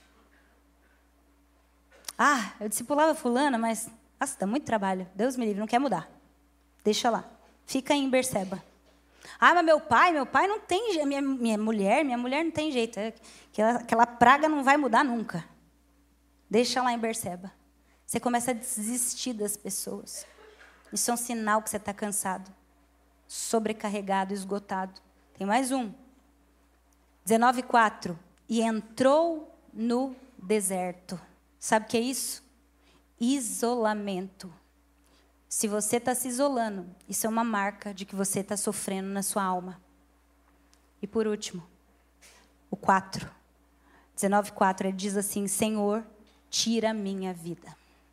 Ah, eu discipulava fulana, mas nossa, dá muito trabalho. Deus me livre, não quer mudar. Deixa lá. Fica aí em Berseba. Ah, mas meu pai, meu pai não tem jeito. Minha, minha mulher, minha mulher não tem jeito. Aquela, aquela praga não vai mudar nunca. Deixa lá em Berseba. Você começa a desistir das pessoas. Isso é um sinal que você está cansado, sobrecarregado, esgotado. Tem mais um. dezenove, quatro. E entrou no deserto. Sabe o que é isso? Isolamento. Se você está se isolando, isso é uma marca de que você está sofrendo na sua alma. E por último, o quatro. dezenove, quatro, ele diz assim: Senhor, tira a minha vida.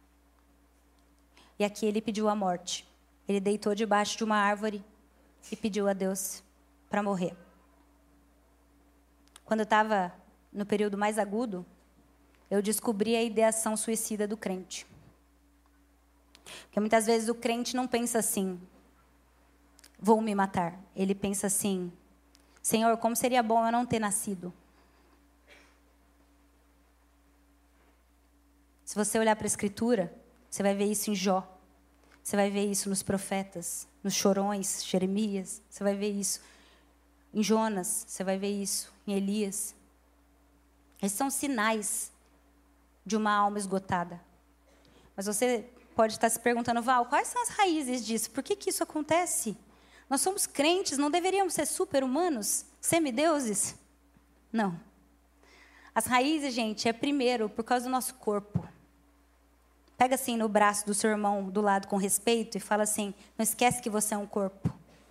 E aqui ele pediu a morte. Ele deitou debaixo de uma árvore e pediu a Deus para morrer. Quando eu estava no período mais agudo, eu descobri a ideação suicida do crente. Porque muitas vezes o crente não pensa assim: vou me matar. Ele pensa assim: Senhor, como seria bom eu não ter nascido. Se você olhar para a Escritura, você vai ver isso em Jó. Você vai ver isso nos profetas, nos chorões, Jeremias. Você vai ver isso em Jonas. Você vai ver isso em Elias. Esses são sinais de uma alma esgotada. Mas você pode estar se perguntando: Val, quais são as raízes disso? Por que que isso acontece? Nós somos crentes, não deveríamos ser super-humanos, semideuses? Não. As raízes, gente, é primeiro por causa do nosso corpo. Pega assim no braço do seu irmão do lado com respeito e fala assim: não esquece que você é um corpo.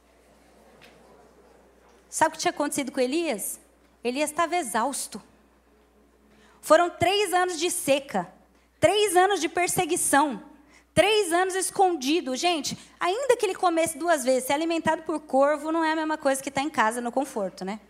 Sabe o que tinha acontecido com Elias? Elias estava exausto. Foram três anos de seca, três anos de perseguição, três anos escondido. Gente, ainda que ele comesse duas vezes, ser alimentado por corvo não é a mesma coisa que estar em casa no conforto, né?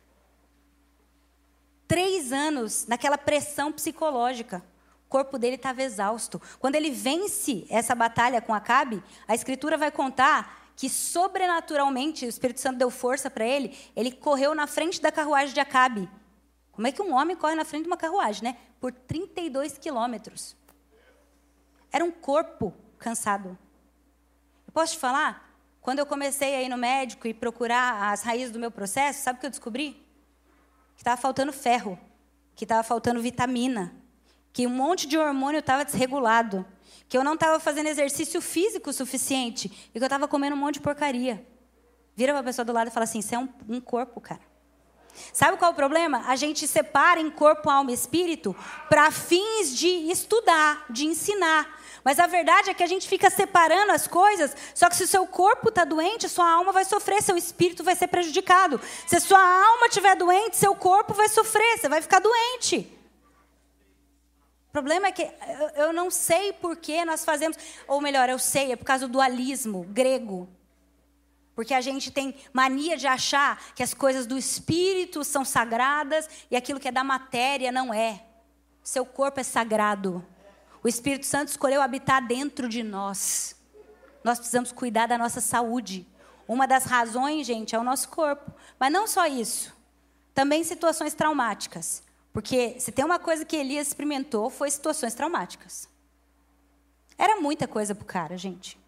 Três anos naquela pressão psicológica. O corpo dele estava exausto. Quando ele vence essa batalha com Acabe, a Escritura vai contar que sobrenaturalmente o Espírito Santo deu força para ele. Ele correu na frente da carruagem de Acabe. Como é que um homem corre na frente de uma carruagem, né? Por trinta e dois quilômetros. Era um corpo cansado. Eu posso te falar? Quando eu comecei a ir no médico e procurar as raízes do meu processo, sabe o que eu descobri? Que estava faltando ferro, que estava faltando vitamina, que um monte de hormônio estava desregulado, que eu não estava fazendo exercício físico suficiente e que eu estava comendo um monte de porcaria. Vira para a pessoa do lado e fala assim: você é um, um corpo, cara. Sabe qual é o problema? A gente separa em corpo, alma e espírito para fins de estudar, de ensinar. Mas a verdade é que a gente fica separando as coisas, só que se o seu corpo está doente, sua alma vai sofrer, seu espírito vai ser prejudicado. Se a sua alma estiver doente, seu corpo vai sofrer, você vai ficar doente. O problema é que eu não sei por que nós fazemos, ou melhor, eu sei, é por causa do dualismo grego. Porque a gente tem mania de achar que as coisas do espírito são sagradas e aquilo que é da matéria não é. Seu corpo é sagrado. O Espírito Santo escolheu habitar dentro de nós. Nós precisamos cuidar da nossa saúde. Uma das razões, gente, é o nosso corpo. Mas não só isso. Também situações traumáticas. Porque se tem uma coisa que Elias experimentou, foi situações traumáticas. Era muita coisa para o cara, gente.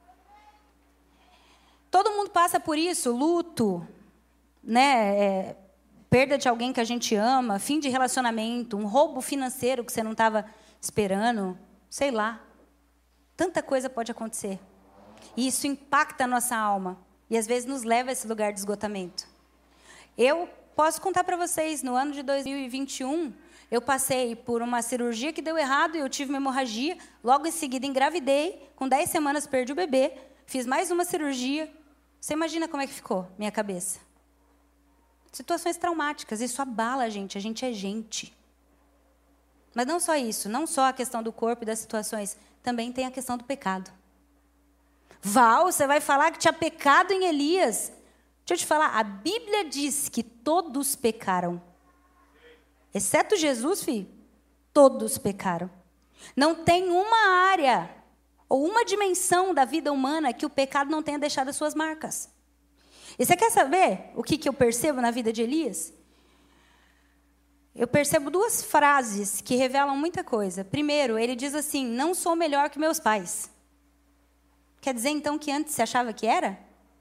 Todo mundo passa por isso, luto, né, é, perda de alguém que a gente ama, fim de relacionamento, um roubo financeiro que você não estava esperando, sei lá. Tanta coisa pode acontecer. E isso impacta a nossa alma e às vezes nos leva a esse lugar de esgotamento. Eu posso contar para vocês, no ano de dois mil e vinte e um, eu passei por uma cirurgia que deu errado e eu tive uma hemorragia, logo em seguida engravidei, com dez semanas perdi o bebê, fiz mais uma cirurgia. Você imagina como é que ficou minha cabeça? Situações traumáticas, isso abala a gente, a gente é gente. Mas não só isso, não só a questão do corpo e das situações, também tem a questão do pecado. Val, você vai falar que tinha pecado em Elias. Deixa eu te falar, a Bíblia diz que todos pecaram. Exceto Jesus, filho, todos pecaram. Não tem uma área ou uma dimensão da vida humana que o pecado não tenha deixado as suas marcas. E você quer saber o que, que eu percebo na vida de Elias? Eu percebo duas frases que revelam muita coisa. Primeiro, ele diz assim: não sou melhor que meus pais. Quer dizer, então, que antes você achava que era?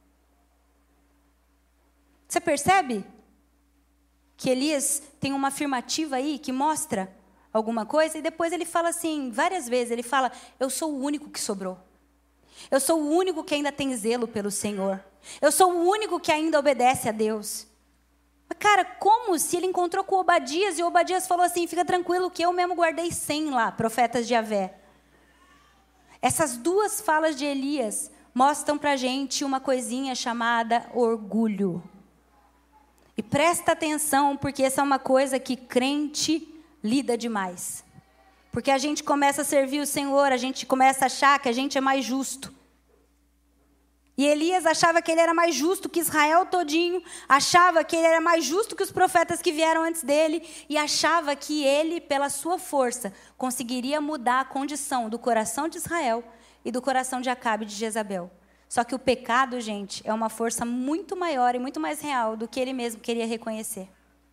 Você percebe que Elias tem uma afirmativa aí que mostra alguma coisa, e depois ele fala assim, várias vezes, ele fala: eu sou o único que sobrou. Eu sou o único que ainda tem zelo pelo Senhor. Eu sou o único que ainda obedece a Deus. Mas, cara, como se ele encontrou com Obadias e Obadias falou assim, fica tranquilo que eu mesmo guardei cem lá, profetas de Javé. Essas duas falas de Elias mostram pra gente uma coisinha chamada orgulho. E presta atenção, porque essa é uma coisa que crente lida demais. Porque a gente começa a servir o Senhor, a gente começa a achar que a gente é mais justo. E Elias achava que ele era mais justo que Israel todinho, achava que ele era mais justo que os profetas que vieram antes dele, e achava que ele, pela sua força, conseguiria mudar a condição do coração de Israel e do coração de Acabe e de Jezabel. Só que o pecado, gente, é uma força muito maior e muito mais real do que ele mesmo queria reconhecer.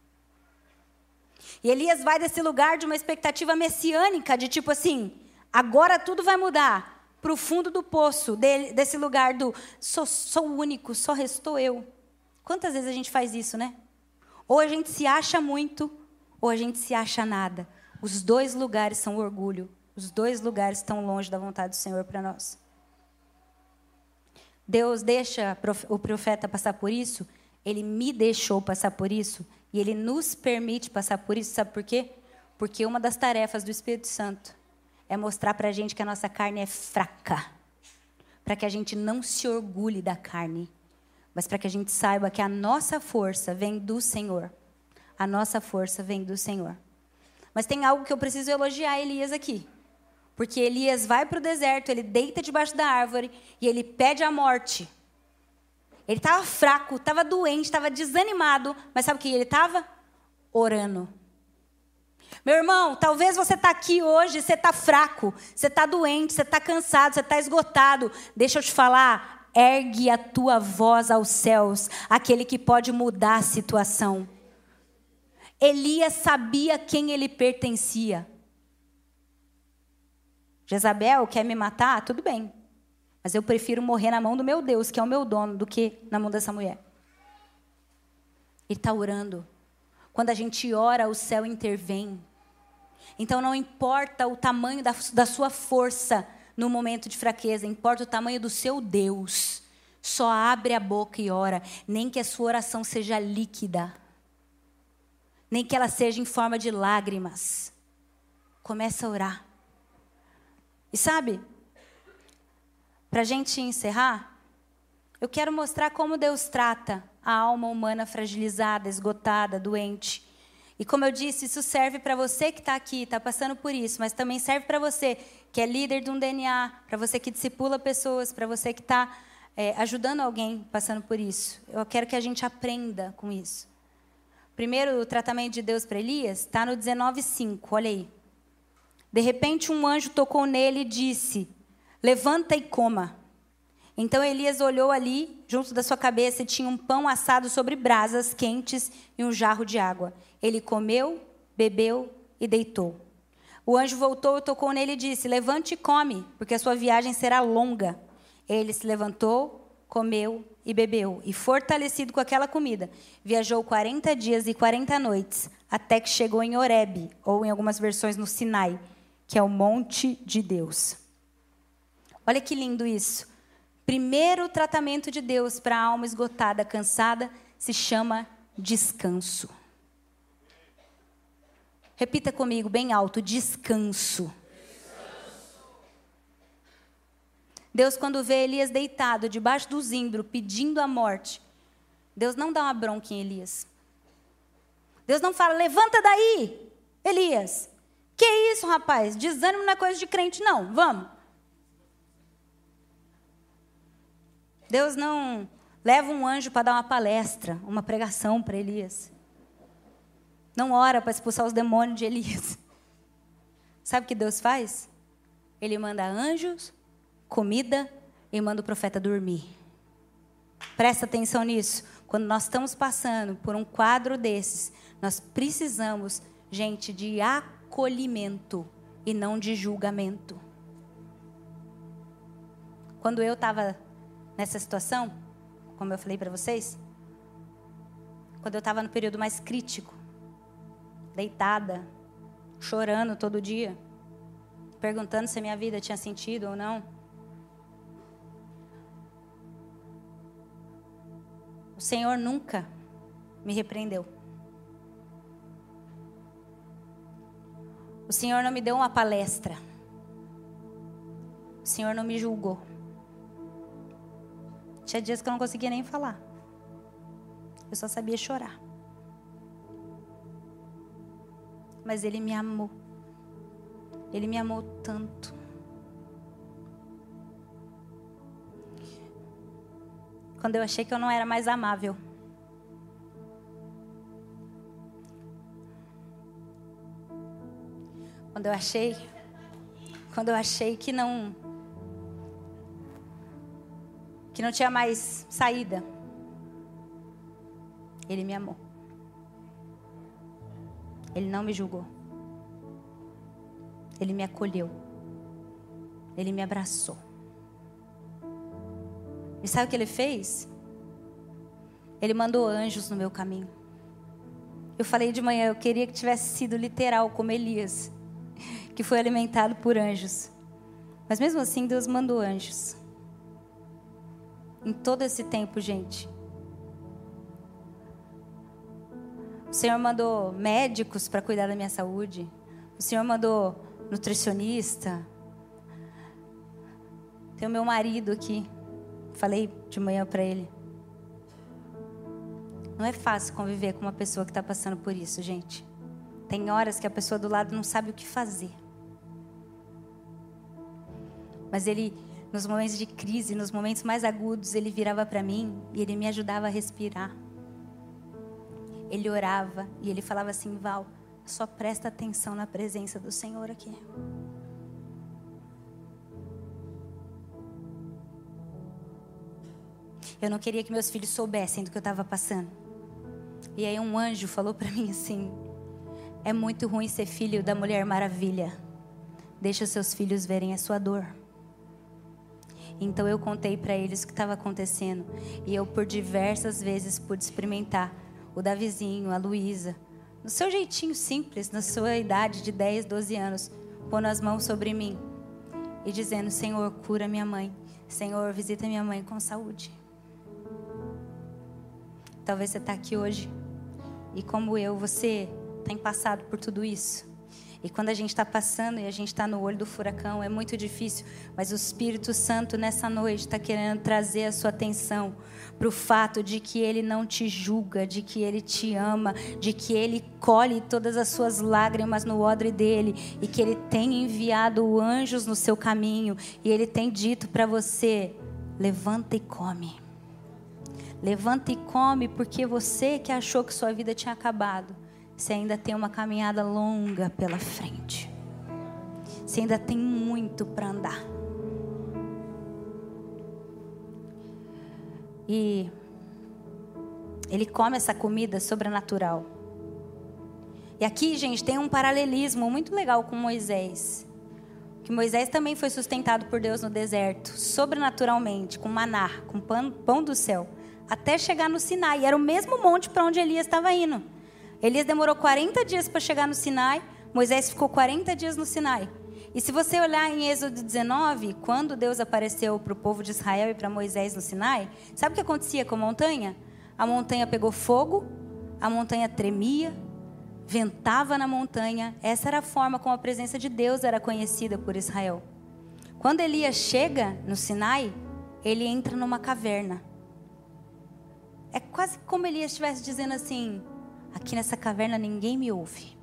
E Elias vai desse lugar de uma expectativa messiânica, de tipo assim, agora tudo vai mudar, para o fundo do poço, dele, desse lugar do, sou, sou o único, só restou eu. Quantas vezes a gente faz isso, né? Ou a gente se acha muito, ou a gente se acha nada. Os dois lugares são orgulho, os dois lugares estão longe da vontade do Senhor para nós. Deus deixa o profeta passar por isso, Ele me deixou passar por isso, e Ele nos permite passar por isso, sabe por quê? Porque uma das tarefas do Espírito Santo é mostrar para a gente que a nossa carne é fraca, para que a gente não se orgulhe da carne, mas para que a gente saiba que a nossa força vem do Senhor, a nossa força vem do Senhor. Mas tem algo que eu preciso elogiar Elias aqui, porque Elias vai para o deserto, ele deita debaixo da árvore e ele pede a morte. Ele estava fraco, estava doente, estava desanimado, mas sabe o que ele estava? Orando. Meu irmão, talvez você está aqui hoje, você está fraco, você está doente, você está cansado, você está esgotado. Deixa eu te falar, ergue a tua voz aos céus, aquele que pode mudar a situação. Elias sabia quem ele pertencia. Jezabel quer me matar? Tudo bem. Mas eu prefiro morrer na mão do meu Deus, que é o meu dono, do que na mão dessa mulher. Ele está orando. Quando a gente ora, o céu intervém. Então não importa o tamanho da, da sua força no momento de fraqueza, importa o tamanho do seu Deus. Só abre a boca e ora, nem que a sua oração seja líquida, nem que ela seja em forma de lágrimas. Começa a orar. E sabe, para a gente encerrar, eu quero mostrar como Deus trata a alma humana fragilizada, esgotada, doente. E como eu disse, isso serve para você que está aqui, está passando por isso, mas também serve para você que é líder de um D N A, para você que discipula pessoas, para você que está é, ajudando alguém passando por isso. Eu quero que a gente aprenda com isso. Primeiro, o tratamento de Deus para Elias está no dezenove, cinco, olha aí. De repente, um anjo tocou nele e disse, levanta e coma. Então Elias olhou ali, junto da sua cabeça, e tinha um pão assado sobre brasas quentes e um jarro de água. Ele comeu, bebeu e deitou. O anjo voltou e tocou nele e disse, levante e come, porque a sua viagem será longa. Ele se levantou, comeu e bebeu. E fortalecido com aquela comida, viajou quarenta dias e quarenta noites, até que chegou em Horebe, ou em algumas versões no Sinai, que é o monte de Deus. Olha que lindo isso. Primeiro tratamento de Deus para a alma esgotada, cansada, se chama descanso. Repita comigo bem alto, descanso. Descanso. Deus, quando vê Elias deitado debaixo do zimbro, pedindo a morte, Deus não dá uma bronca em Elias. Deus não fala, levanta daí, Elias. Que isso, rapaz? Desânimo não é coisa de crente, não. Vamos. Deus não leva um anjo para dar uma palestra, uma pregação para Elias. Não ora para expulsar os demônios de Elias. Sabe o que Deus faz? Ele manda anjos, comida e manda o profeta dormir. Presta atenção nisso. Quando nós estamos passando por um quadro desses, nós precisamos, gente, de acolhimento e não de julgamento. Quando eu estava nessa situação, como eu falei para vocês, quando eu estava no período mais crítico, deitada, chorando todo dia, perguntando se a minha vida tinha sentido ou não, O Senhor nunca me repreendeu. O Senhor não me deu uma palestra. O Senhor não me julgou. Tinha dias que eu não conseguia nem falar. Eu só sabia chorar. Mas Ele me amou. Ele me amou tanto. Quando eu achei que eu não era mais amável. Quando eu achei, quando eu achei que não, que não tinha mais saída, Ele me amou. Ele não me julgou. Ele me acolheu. Ele me abraçou. E sabe o que Ele fez? Ele mandou anjos no meu caminho. Eu falei de manhã, eu queria que tivesse sido literal, como Elias, que foi alimentado por anjos. Mas mesmo assim, Deus mandou anjos. Em todo esse tempo, gente. O Senhor mandou médicos para cuidar da minha saúde. O Senhor mandou nutricionista. Tem o meu marido aqui. Falei de manhã para ele. Não é fácil conviver com uma pessoa que está passando por isso, gente. Tem horas que a pessoa do lado não sabe o que fazer. Mas ele, nos momentos de crise, nos momentos mais agudos, ele virava para mim e ele me ajudava a respirar. Ele orava e ele falava assim: Val, só presta atenção na presença do Senhor aqui. Eu não queria que meus filhos soubessem do que eu estava passando. E aí um anjo falou para mim assim: é muito ruim ser filho da Mulher Maravilha. Deixa os seus filhos verem a sua dor. Então eu contei para eles o que estava acontecendo. E eu por diversas vezes pude experimentar o Davizinho, a Luísa, no seu jeitinho simples, na sua idade de dez, doze anos, pondo as mãos sobre mim e dizendo: Senhor, cura minha mãe. Senhor, visita minha mãe com saúde. Talvez você está aqui hoje e como eu, você tem passado por tudo isso. E quando a gente está passando e a gente está no olho do furacão, é muito difícil. Mas o Espírito Santo nessa noite está querendo trazer a sua atenção para o fato de que Ele não te julga, de que Ele te ama, de que Ele colhe todas as suas lágrimas no odre dEle e que Ele tem enviado anjos no seu caminho e Ele tem dito para você: levanta e come. Levanta e come, porque você que achou que sua vida tinha acabado, você ainda tem uma caminhada longa pela frente. Você ainda tem muito para andar. E Ele come essa comida sobrenatural. E aqui, gente, tem um paralelismo muito legal com Moisés. Que Moisés também foi sustentado por Deus no deserto, sobrenaturalmente, com maná, com pão, pão do céu, até chegar no Sinai. E era o mesmo monte para onde Elias estava indo. Elias demorou quarenta dias para chegar no Sinai. Moisés ficou quarenta dias no Sinai. E se você olhar em Êxodo dezenove, quando Deus apareceu para o povo de Israel e para Moisés no Sinai, sabe o que acontecia com a montanha? A montanha pegou fogo, a montanha tremia, ventava na montanha. Essa era a forma como a presença de Deus era conhecida por Israel. Quando Elias chega no Sinai, ele entra numa caverna. É quase como Elias estivesse dizendo assim: aqui nessa caverna ninguém me ouve.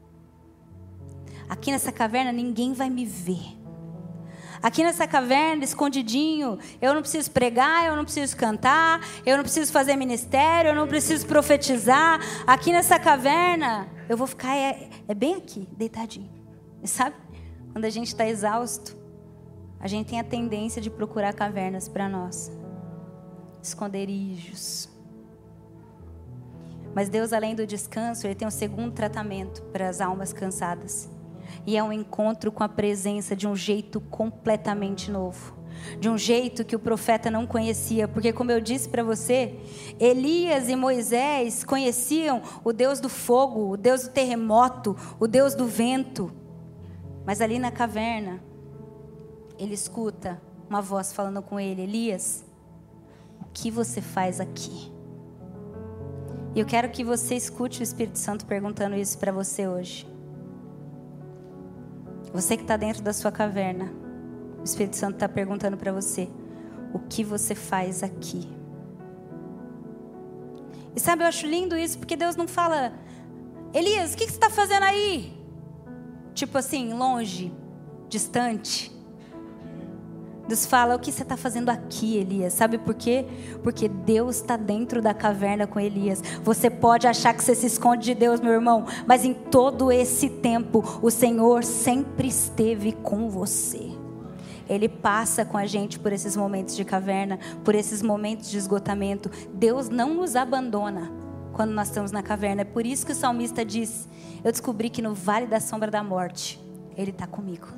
Aqui nessa caverna ninguém vai me ver. Aqui nessa caverna, escondidinho, eu não preciso pregar, eu não preciso cantar, eu não preciso fazer ministério, eu não preciso profetizar. Aqui nessa caverna, eu vou ficar, é, é bem aqui, deitadinho. Sabe? Quando a gente está exausto, a gente tem a tendência de procurar cavernas para nós. Esconderijos. Mas Deus, além do descanso, Ele tem um segundo tratamento para as almas cansadas. E é um encontro com a presença de um jeito completamente novo. De um jeito que o profeta não conhecia. Porque, como eu disse para você, Elias e Moisés conheciam o Deus do fogo, o Deus do terremoto, o Deus do vento. Mas ali na caverna, ele escuta uma voz falando com ele: Elias, o que você faz aqui? E eu quero que você escute o Espírito Santo perguntando isso para você hoje. Você que está dentro da sua caverna, o Espírito Santo está perguntando para você: o que você faz aqui? E sabe, eu acho lindo isso, porque Deus não fala: Elias, o que você está fazendo aí? Tipo assim, longe, distante. Deus fala: o que você está fazendo aqui, Elias? Sabe por quê? Porque Deus está dentro da caverna com Elias. Você pode achar que você se esconde de Deus, meu irmão, mas em todo esse tempo, o Senhor sempre esteve com você. Ele passa com a gente por esses momentos de caverna, por esses momentos de esgotamento. Deus não nos abandona quando nós estamos na caverna. É por isso que o salmista diz: eu descobri que no vale da sombra da morte, Ele está comigo.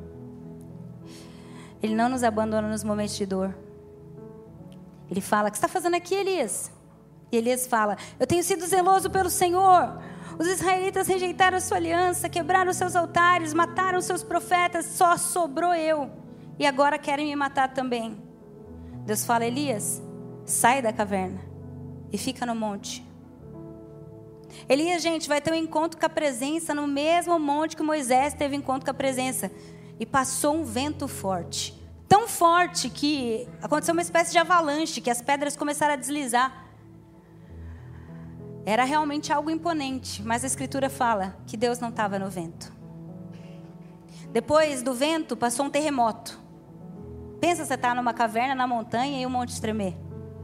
Ele não nos abandona nos momentos de dor. Ele fala: o que você está fazendo aqui, Elias? E Elias fala: eu tenho sido zeloso pelo Senhor. Os israelitas rejeitaram a sua aliança, quebraram os seus altares, mataram os seus profetas, só sobrou eu. E agora querem me matar também. Deus fala: Elias, sai da caverna e fica no monte. Elias, gente, vai ter um encontro com a presença no mesmo monte que Moisés teve encontro com a presença. E passou um vento forte. Tão forte que aconteceu uma espécie de avalanche, que as pedras começaram a deslizar. Era realmente algo imponente, mas a Escritura fala que Deus não estava no vento. Depois do vento, passou um terremoto. Pensa, você está numa caverna, na montanha, e o monte tremer.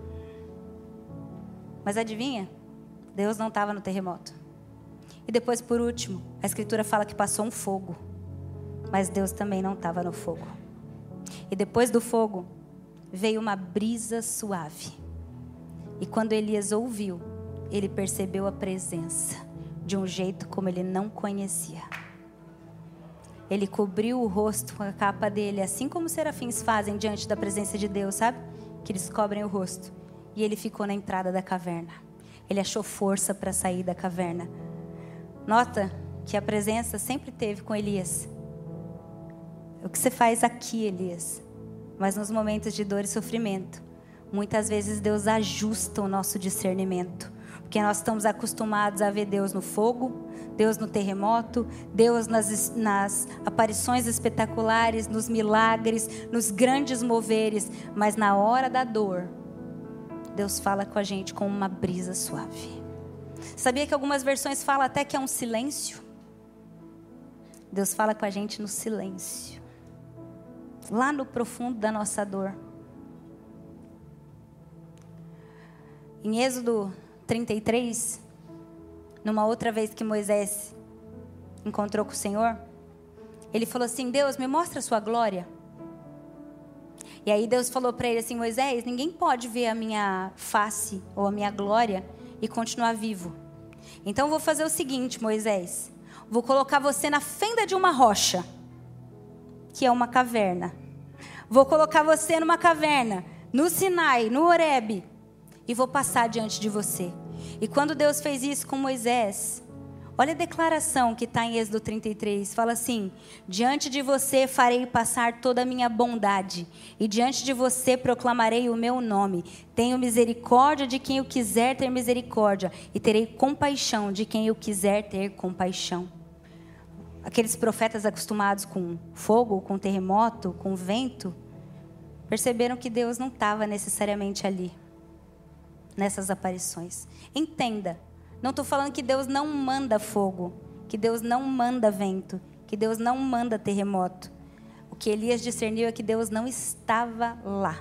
Mas adivinha? Deus não estava no terremoto. E depois, por último, a Escritura fala que passou um fogo. Mas Deus também não estava no fogo. E depois do fogo, veio uma brisa suave. E quando Elias ouviu, ele percebeu a presença de um jeito como ele não conhecia. Ele cobriu o rosto com a capa dele, assim como os serafins fazem diante da presença de Deus, sabe? Que eles cobrem o rosto. E ele ficou na entrada da caverna. Ele achou força para sair da caverna. Nota que a presença sempre teve com Elias. O que você faz aqui, Elias? Mas nos momentos de dor e sofrimento, muitas vezes Deus ajusta o nosso discernimento. Porque nós estamos acostumados a ver Deus no fogo, Deus no terremoto, Deus nas, nas aparições espetaculares, nos milagres, nos grandes moveres. Mas na hora da dor, Deus fala com a gente com uma brisa suave. Sabia que algumas versões falam até que é um silêncio? Deus fala com a gente no silêncio. Lá no profundo da nossa dor. Em Êxodo trinta e três, numa outra vez que Moisés encontrou com o Senhor, ele falou assim: Deus, me mostra a sua glória. E aí Deus falou para ele assim: Moisés, ninguém pode ver a minha face ou a minha glória e continuar vivo. Então eu vou fazer o seguinte, Moisés, vou colocar você na fenda de uma rocha, que é uma caverna. Vou colocar você numa caverna, no Sinai, no Horebe, e vou passar diante de você. E quando Deus fez isso com Moisés, olha a declaração que está em Êxodo trinta e três, fala assim: diante de você farei passar toda a minha bondade, e diante de você proclamarei o meu nome. Tenho misericórdia de quem eu quiser ter misericórdia, e terei compaixão de quem eu quiser ter compaixão. Aqueles profetas acostumados com fogo, com terremoto, com vento, perceberam que Deus não estava necessariamente ali, nessas aparições. Entenda, não estou falando que Deus não manda fogo, que Deus não manda vento, que Deus não manda terremoto. O que Elias discerniu é que Deus não estava lá.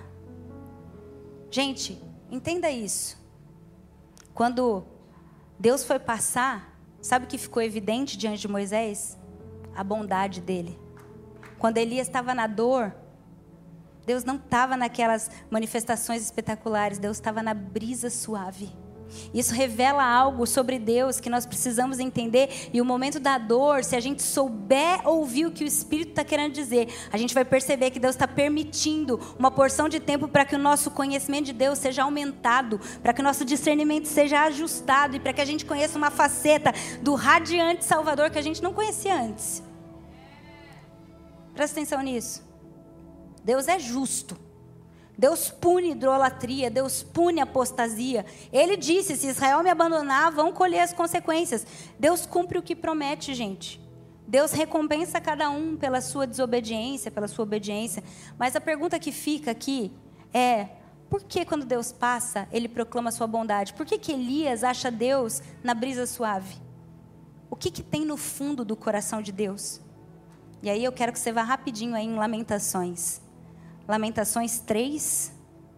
Gente, entenda isso. Quando Deus foi passar, sabe o que ficou evidente diante de Moisés? A bondade dele. Quando Elias estava na dor, Deus não estava naquelas manifestações espetaculares, Deus estava na brisa suave. Isso revela algo sobre Deus que nós precisamos entender. E o momento da dor, se a gente souber ouvir o que o Espírito está querendo dizer, a gente vai perceber que Deus está permitindo uma porção de tempo para que o nosso conhecimento de Deus seja aumentado, para que o nosso discernimento seja ajustado e para que a gente conheça uma faceta do radiante Salvador que a gente não conhecia antes. Presta atenção nisso. Deus é justo. Deus pune idolatria, Deus pune apostasia. Ele disse, se Israel me abandonar, vão colher as consequências. Deus cumpre o que promete, gente. Deus recompensa cada um pela sua desobediência, pela sua obediência. Mas a pergunta que fica aqui é, por que quando Deus passa, Ele proclama a sua bondade? Por que que Elias acha Deus na brisa suave? O que que tem no fundo do coração de Deus? E aí eu quero que você vá rapidinho aí em Lamentações. Lamentações três,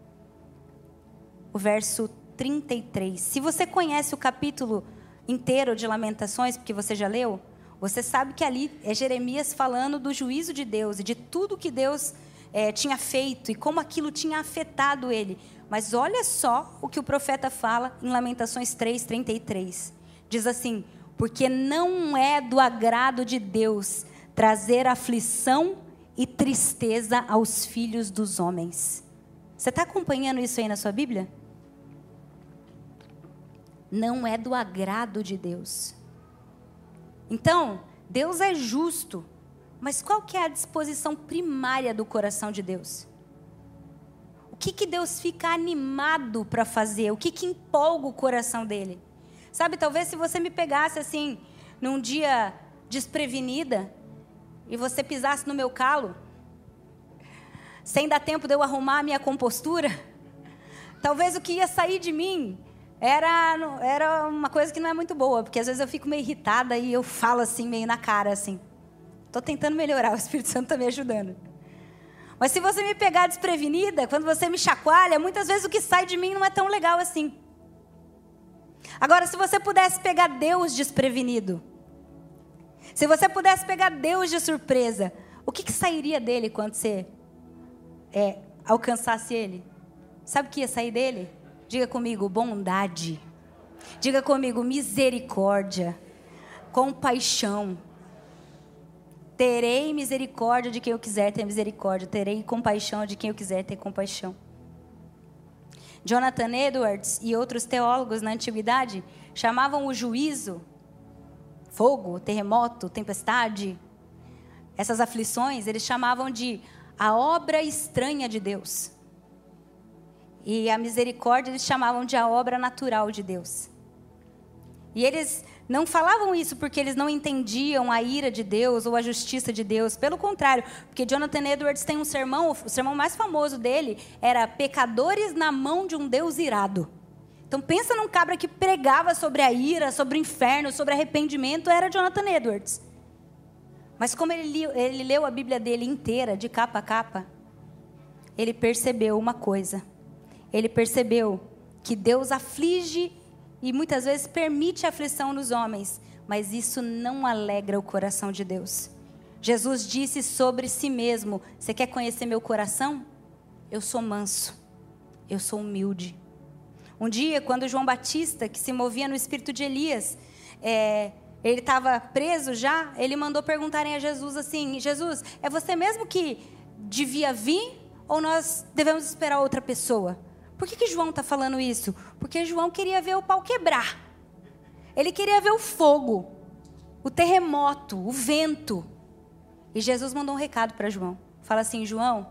o verso trinta e três. Se você conhece o capítulo inteiro de Lamentações, porque você já leu, você sabe que ali é Jeremias falando do juízo de Deus e de tudo que Deus é, tinha feito e como aquilo tinha afetado ele. Mas olha só o que o profeta fala em Lamentações três, trinta e três. Diz assim, porque não é do agrado de Deus trazer aflição e tristeza aos filhos dos homens. Você está acompanhando isso aí na sua Bíblia? Não é do agrado de Deus. Então, Deus é justo, mas qual que é a disposição primária do coração de Deus? O que que Deus fica animado para fazer? O que que empolga o coração dele? Sabe, talvez se você me pegasse assim, num dia desprevenida, e você pisasse no meu calo, sem dar tempo de eu arrumar a minha compostura, talvez o que ia sair de mim era, era uma coisa que não é muito boa, porque às vezes eu fico meio irritada e eu falo assim, meio na cara, assim. Estou tentando melhorar, o Espírito Santo está me ajudando. Mas se você me pegar desprevenida, quando você me chacoalha, muitas vezes o que sai de mim não é tão legal assim. Agora, se você pudesse pegar Deus desprevenido, se você pudesse pegar Deus de surpresa, o que, que sairia dele quando você é, alcançasse ele? Sabe o que ia sair dele? Diga comigo, bondade. Diga comigo, misericórdia. Compaixão. Terei misericórdia de quem eu quiser ter misericórdia. Terei compaixão de quem eu quiser ter compaixão. Jonathan Edwards e outros teólogos na antiguidade chamavam o juízo, fogo, terremoto, tempestade, essas aflições, eles chamavam de a obra estranha de Deus. E a misericórdia eles chamavam de a obra natural de Deus. E eles não falavam isso porque eles não entendiam a ira de Deus ou a justiça de Deus. Pelo contrário, porque Jonathan Edwards tem um sermão, o sermão mais famoso dele era Pecadores na mão de um Deus irado. Então pensa num cabra que pregava sobre a ira, sobre o inferno, sobre arrependimento, era Jonathan Edwards. Mas como ele, li, ele leu a Bíblia dele inteira, de capa a capa, ele percebeu uma coisa. Ele percebeu que Deus aflige e muitas vezes permite a aflição nos homens, mas isso não alegra o coração de Deus. Jesus disse sobre si mesmo, você quer conhecer meu coração? Eu sou manso, eu sou humilde. Um dia, quando João Batista, que se movia no espírito de Elias, é, ele estava preso já, ele mandou perguntarem a Jesus assim, Jesus, é você mesmo que devia vir ou nós devemos esperar outra pessoa? Por que que João está falando isso? Porque João queria ver o pau quebrar. Ele queria ver o fogo, o terremoto, o vento. E Jesus mandou um recado para João. Fala assim, João,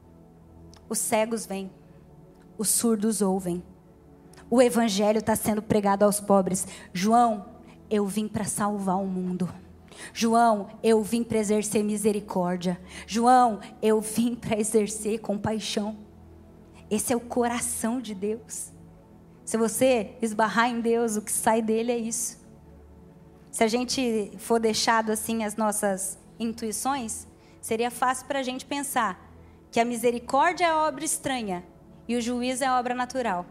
os cegos vêm, os surdos ouvem. O evangelho está sendo pregado aos pobres. João, eu vim para salvar o mundo. João, eu vim para exercer misericórdia. João, eu vim para exercer compaixão. Esse é o coração de Deus. Se você esbarrar em Deus, o que sai dele é isso. Se a gente for deixado assim as nossas intuições, seria fácil para a gente pensar que a misericórdia é obra estranha e o juízo é obra natural.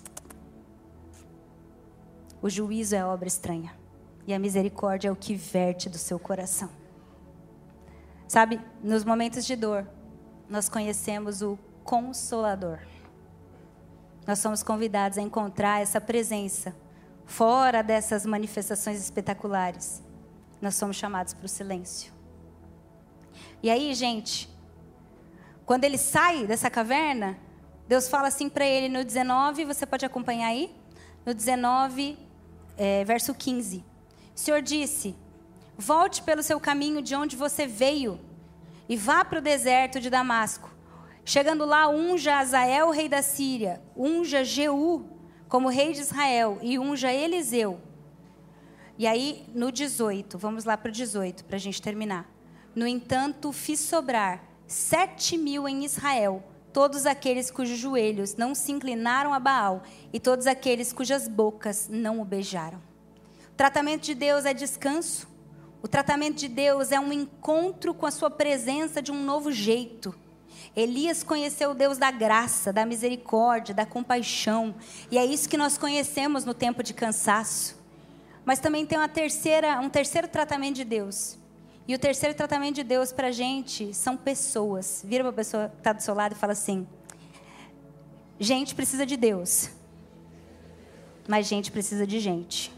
O juízo é obra estranha e a misericórdia é o que verte do seu coração. Sabe, nos momentos de dor, nós conhecemos o Consolador. Nós somos convidados a encontrar essa presença fora dessas manifestações espetaculares. Nós somos chamados para o silêncio. E aí, gente, quando ele sai dessa caverna, Deus fala assim para ele no dezenove, você pode acompanhar aí? No dezenove, é, verso quinze. O Senhor disse, volte pelo seu caminho de onde você veio e vá para o deserto de Damasco. Chegando lá, unja Azael, rei da Síria, unja Jeú como rei de Israel e unja Eliseu. E aí, no dezoito, vamos lá para o dezoito, para a gente terminar. No entanto, fiz sobrar sete mil em Israel, todos aqueles cujos joelhos não se inclinaram a Baal e todos aqueles cujas bocas não o beijaram. O tratamento de Deus é descanso. O tratamento de Deus é um encontro com a sua presença de um novo jeito. Elias conheceu o Deus da graça, da misericórdia, da compaixão. E é isso que nós conhecemos no tempo de cansaço. Mas também tem uma terceira, um terceiro tratamento de Deus. E o terceiro tratamento de Deus para a gente são pessoas. Vira para a pessoa que está do seu lado e fala assim: gente precisa de Deus, mas gente precisa de gente.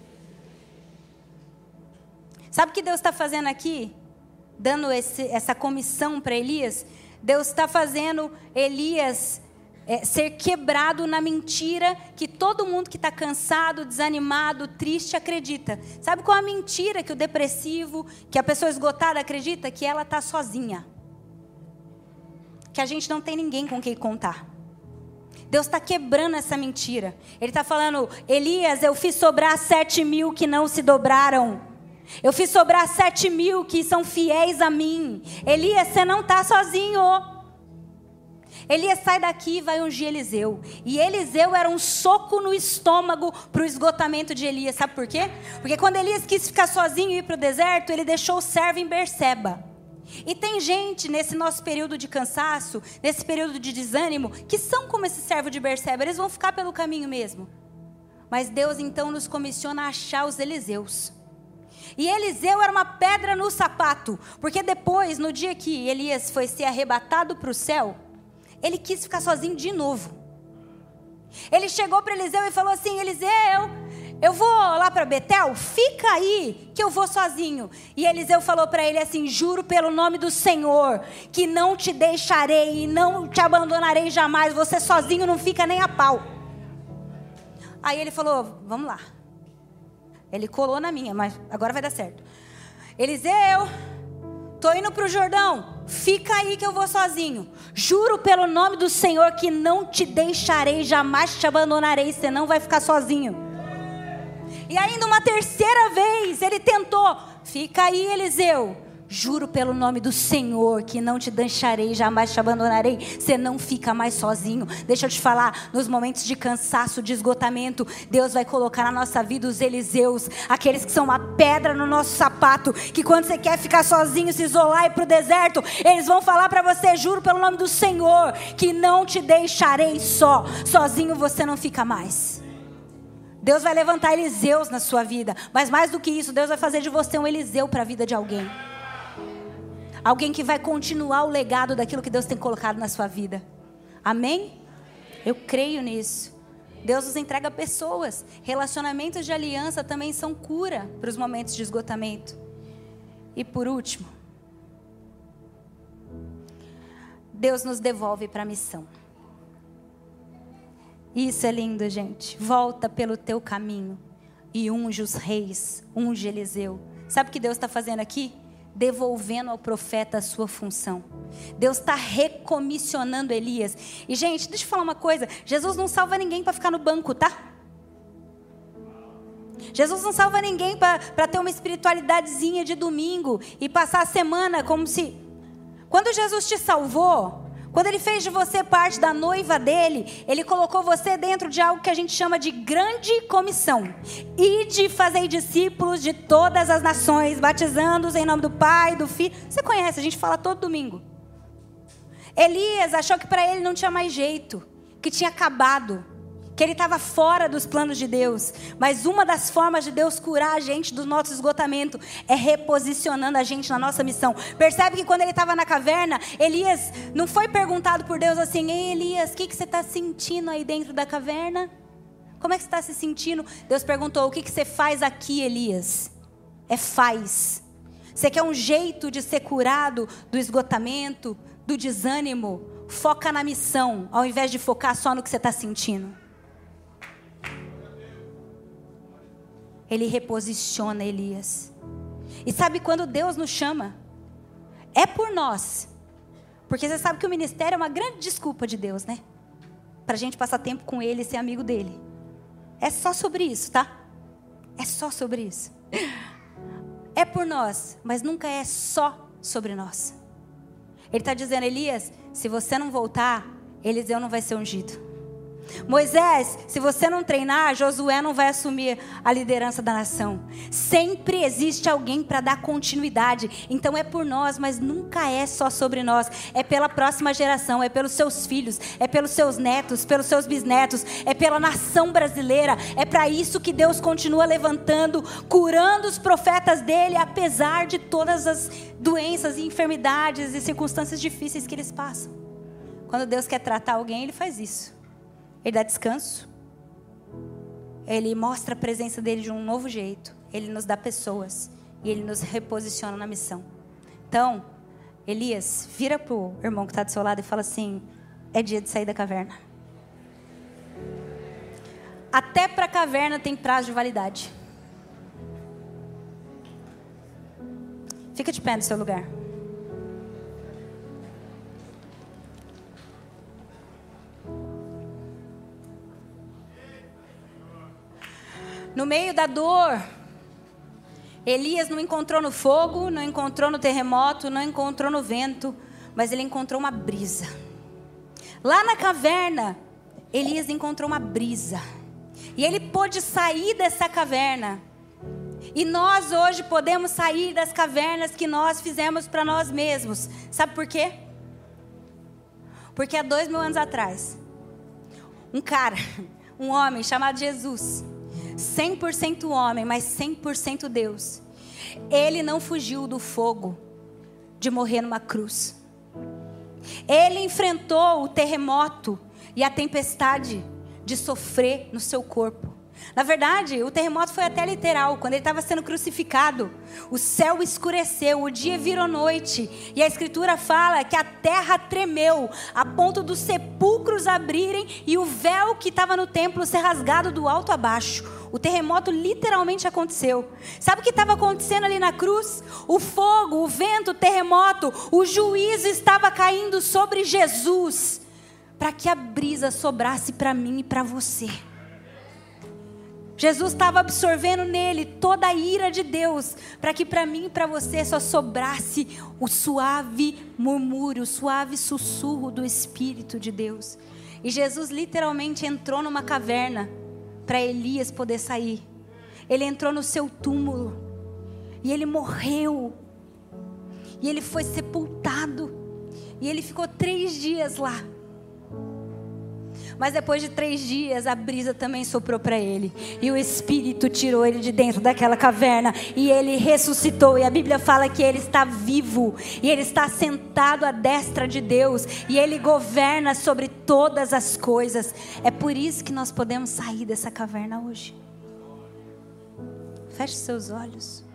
Sabe o que Deus está fazendo aqui? Dando esse, essa comissão para Elias? Deus está fazendo Elias é, ser quebrado na mentira que todo mundo que está cansado, desanimado, triste acredita. Sabe qual é a mentira que o depressivo, que a pessoa esgotada acredita? Que ela está sozinha. Que a gente não tem ninguém com quem contar. Deus está quebrando essa mentira. Ele está falando: Elias, eu fiz sobrar sete mil que não se dobraram. Eu fiz sobrar sete mil que são fiéis a mim. Elias, você não está sozinho. Elias sai daqui e vai ungir Eliseu. E Eliseu era um soco no estômago para o esgotamento de Elias. Sabe por quê? Porque quando Elias quis ficar sozinho e ir para o deserto, ele deixou o servo em Berseba. E tem gente nesse nosso período de cansaço, nesse período de desânimo, que são como esse servo de Berseba. Eles vão ficar pelo caminho mesmo. Mas Deus então nos comissiona a achar os Eliseus. E Eliseu era uma pedra no sapato, porque depois, no dia que Elias foi ser arrebatado para o céu, ele quis ficar sozinho de novo. Ele chegou para Eliseu e falou assim: Eliseu, eu vou lá para Betel, fica aí que eu vou sozinho. E Eliseu falou para ele assim: juro pelo nome do Senhor, que não te deixarei e não te abandonarei jamais, você sozinho não fica nem a pau. Aí ele falou: vamos lá. Ele colou na minha, mas agora vai dar certo. Eliseu, tô indo para o Jordão, fica aí que eu vou sozinho. Juro pelo nome do Senhor que não te deixarei, jamais te abandonarei, você não vai ficar sozinho. E ainda uma terceira vez ele tentou: fica aí, Eliseu. Juro pelo nome do Senhor que não te deixarei, jamais te abandonarei, você não fica mais sozinho. Deixa eu te falar, nos momentos de cansaço, de esgotamento, Deus vai colocar na nossa vida os Eliseus, aqueles que são uma pedra no nosso sapato, que quando você quer ficar sozinho, se isolar e ir para o deserto, eles vão falar para você: juro pelo nome do Senhor que não te deixarei só, sozinho você não fica mais. Deus vai levantar Eliseus na sua vida, mas mais do que isso, Deus vai fazer de você um Eliseu para a vida de alguém. Alguém que vai continuar o legado daquilo que Deus tem colocado na sua vida. Amém? Eu creio nisso. Deus nos entrega pessoas. Relacionamentos de aliança também são cura para os momentos de esgotamento. E por último, Deus nos devolve para a missão. Isso é lindo, gente. Volta pelo teu caminho e unge os reis, unge Eliseu. Sabe o que Deus está fazendo aqui? Devolvendo ao profeta a sua função. Deus está recomissionando Elias. E gente, deixa eu falar uma coisa: Jesus não salva ninguém para ficar no banco, tá? Jesus não salva ninguém para ter uma espiritualidadezinha de domingo e passar a semana como se... Quando Jesus te salvou, quando Ele fez de você parte da noiva dEle, Ele colocou você dentro de algo que a gente chama de grande comissão. Ide, fazei discípulos de todas as nações, batizando-os em nome do Pai, do Filho. Você conhece, a gente fala todo domingo. Elias achou que para ele não tinha mais jeito, que tinha acabado, que ele estava fora dos planos de Deus. Mas uma das formas de Deus curar a gente do nosso esgotamento é reposicionando a gente na nossa missão. Percebe que quando ele estava na caverna, Elias não foi perguntado por Deus assim: ei Elias, o que, que você está sentindo aí dentro da caverna? Como é que você está se sentindo? Deus perguntou: o que, que você faz aqui, Elias? É faz. Você quer um jeito de ser curado do esgotamento, do desânimo? Foca na missão, ao invés de focar só no que você está sentindo. Ele reposiciona Elias. E sabe quando Deus nos chama? É por nós. Porque você sabe que o ministério é uma grande desculpa de Deus, né? Pra gente passar tempo com Ele e ser amigo dele. É só sobre isso, tá? É só sobre isso. É por nós, mas nunca é só sobre nós. Ele está dizendo, Elias, se você não voltar, Eliseu não vai ser ungido. Moisés, se você não treinar, Josué não vai assumir a liderança da nação. Sempre existe alguém para dar continuidade. Então é por nós, mas nunca é só sobre nós. É pela próxima geração, é pelos seus filhos, é pelos seus netos, pelos seus bisnetos, é pela nação brasileira. É para isso que Deus continua levantando, curando os profetas dele, apesar de todas as doenças e enfermidades e circunstâncias difíceis que eles passam. Quando Deus quer tratar alguém, Ele faz isso. Ele dá descanso. Ele mostra a presença dele de um novo jeito. Ele nos dá pessoas. E Ele nos reposiciona na missão. Então, Elias, vira para o irmão que está do seu lado e fala assim, é dia de sair da caverna. Até para a caverna tem prazo de validade. Fica de pé no seu lugar. No meio da dor, Elias não encontrou no fogo, não encontrou no terremoto, não encontrou no vento, mas ele encontrou uma brisa. Lá na caverna, Elias encontrou uma brisa. E ele pôde sair dessa caverna. E nós hoje podemos sair das cavernas que nós fizemos para nós mesmos. Sabe por quê? Porque há dois mil anos atrás, um cara, um homem chamado Jesus, cem por cento homem, mas cem por cento Deus. Ele não fugiu do fogo de morrer numa cruz. Ele enfrentou o terremoto e a tempestade de sofrer no seu corpo. Na verdade, o terremoto foi até literal. Quando ele estava sendo crucificado, o céu escureceu, o dia virou noite. E a Escritura fala que a terra tremeu, a ponto dos sepulcros abrirem e o véu que estava no templo ser rasgado do alto a baixo. O terremoto literalmente aconteceu. Sabe o que estava acontecendo ali na cruz? O fogo, o vento, o terremoto, o juízo estava caindo sobre Jesus, para que a brisa sobrasse para mim e para você. Jesus estava absorvendo nele toda a ira de Deus, para que para mim e para você só sobrasse o suave murmúrio, o suave sussurro do Espírito de Deus. E Jesus literalmente entrou numa caverna para Elias poder sair. Ele entrou no seu túmulo e ele morreu. E ele foi sepultado. E ele ficou três dias lá. Mas depois de três dias, a brisa também soprou para ele. E o Espírito tirou ele de dentro daquela caverna. E ele ressuscitou. E a Bíblia fala que ele está vivo. E ele está sentado à destra de Deus. E ele governa sobre todas as coisas. É por isso que nós podemos sair dessa caverna hoje. Feche seus olhos.